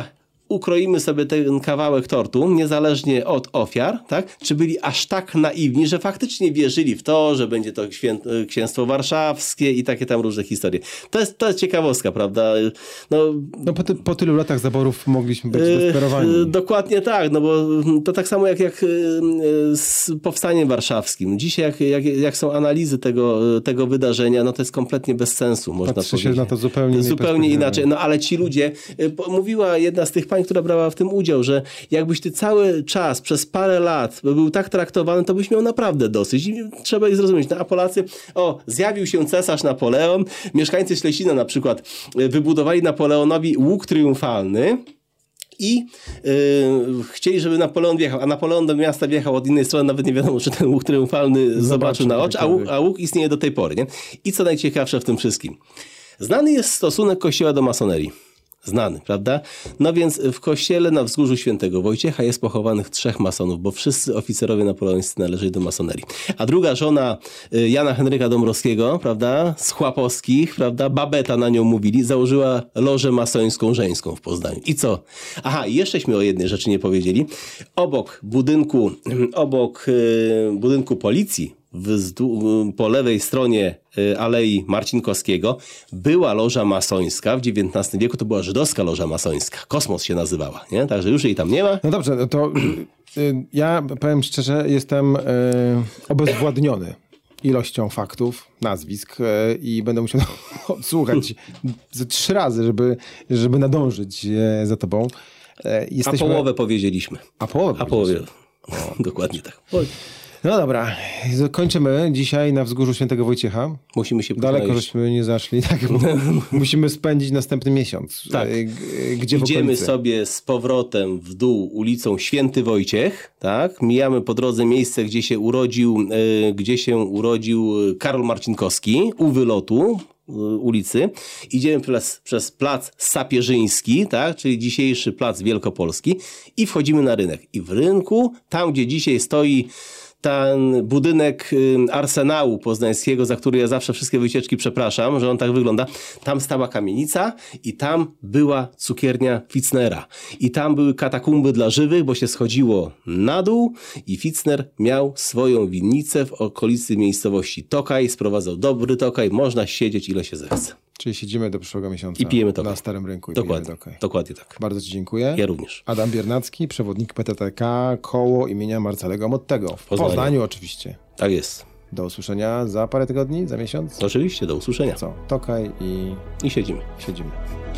ukroimy sobie ten kawałek tortu, niezależnie od ofiar, tak? Czy byli aż tak naiwni, że faktycznie wierzyli w to, że będzie to księ- księstwo warszawskie i takie tam różne historie. To jest, to jest ciekawostka, prawda? No,
no po, ty, po tylu latach zaborów mogliśmy być zdesperowani.
Yy, dokładnie tak, no bo to tak samo jak, jak yy, z powstaniem warszawskim. Dzisiaj jak, jak, jak są analizy tego, tego wydarzenia, no to jest kompletnie bez sensu, można
Patrzy
powiedzieć.
się na to zupełnie,
zupełnie inaczej. No ale ci ludzie, yy, mówiła jedna z tych pań, która brała w tym udział, że jakbyś ty cały czas, przez parę lat był tak traktowany, to byś miał naprawdę dosyć. I trzeba ich zrozumieć. No, a Polacy, o, zjawił się cesarz Napoleon, mieszkańcy Ślesina na przykład wybudowali Napoleonowi łuk triumfalny i yy, chcieli, żeby Napoleon wjechał, a Napoleon do miasta wjechał od innej strony, nawet nie wiadomo, czy ten łuk triumfalny zobaczył na oczy, a łuk, a łuk istnieje do tej pory. Nie? I co najciekawsze w tym wszystkim. Znany jest stosunek Kościoła do masonerii. Znany, prawda? No więc w kościele na wzgórzu Świętego Wojciecha jest pochowanych trzech masonów, bo wszyscy oficerowie napoleońscy należeli do masonerii. A druga żona Jana Henryka Dąbrowskiego, prawda, z Chłapowskich, prawda, Babeta na nią mówili, założyła lożę masońską żeńską w Poznaniu. I co? Aha, i jeszcześmy o jednej rzeczy nie powiedzieli. Obok budynku, obok y, budynku policji, W, po lewej stronie Alei Marcinkowskiego była loża masońska w dziewiętnastym wieku, to była żydowska loża masońska. Kosmos się nazywała, nie? Także już jej tam nie ma.
No dobrze, no to y, ja powiem szczerze, jestem y, obezwładniony ilością faktów, nazwisk y, i będę musiał odsłuchać ze trzy razy, żeby, żeby nadążyć y, za tobą.
Y, jesteśmy... A połowę powiedzieliśmy.
A połowę
A połowę. O, dokładnie tak.
No dobra, kończymy dzisiaj na wzgórzu Świętego Wojciecha.
Musimy się
Daleko
poznać.
żeśmy nie zaszli, tak? Musimy spędzić następny miesiąc.
Tak.
Gdzie
Idziemy sobie z powrotem w dół ulicą Święty Wojciech, tak? Mijamy po drodze miejsce, gdzie się urodził, yy, gdzie się urodził Karol Marcinkowski, u wylotu ulicy. Idziemy przez, przez plac Sapieżyński, tak? Czyli dzisiejszy plac Wielkopolski i wchodzimy na rynek. I w rynku, tam gdzie dzisiaj stoi ten budynek Arsenału Poznańskiego, za który ja zawsze wszystkie wycieczki przepraszam, że on tak wygląda. Tam stała kamienica i tam była cukiernia Ficznera. I tam były katakumby dla żywych, bo się schodziło na dół i Ficzner miał swoją winnicę w okolicy miejscowości Tokaj. Sprowadzał dobry Tokaj. Można siedzieć ile się zechce.
Czyli siedzimy do przyszłego miesiąca
i pijemy Tokaj.
Na Starym Rynku. I
dokładnie,
pijemy Tokaj.
Dokładnie tak.
Bardzo ci dziękuję.
Ja również.
Adam Biernacki, przewodnik P T T K, koło imienia Marcelego Mottego. W Poznaniu. Poznaniu oczywiście.
Tak jest.
Do usłyszenia za parę tygodni, za miesiąc?
Oczywiście, do usłyszenia.
Co? Tokaj i...
I siedzimy.
Siedzimy.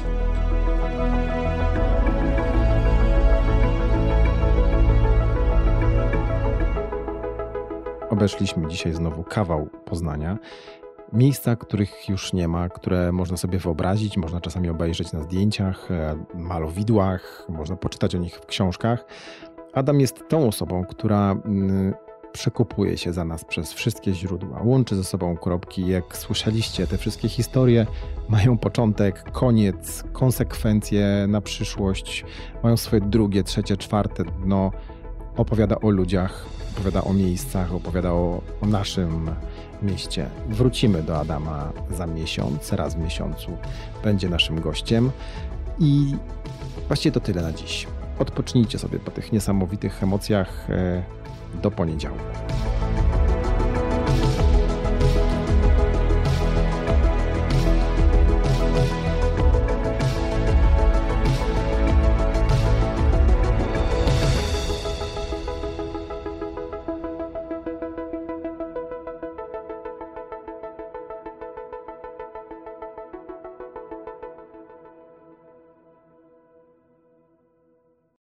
Obeszliśmy dzisiaj znowu kawał Poznania. Miejsca, których już nie ma, które można sobie wyobrazić, można czasami obejrzeć na zdjęciach, malowidłach, można poczytać o nich w książkach. Adam jest tą osobą, która przekopuje się za nas przez wszystkie źródła, łączy ze sobą kropki. Jak słyszeliście, te wszystkie historie mają początek, koniec, konsekwencje na przyszłość, mają swoje drugie, trzecie, czwarte dno. Opowiada o ludziach, opowiada o miejscach, opowiada o, o naszym mieście. Wrócimy do Adama za miesiąc, raz w miesiącu będzie naszym gościem i właściwie to tyle na dziś. Odpocznijcie sobie po tych niesamowitych emocjach. Do poniedziałku.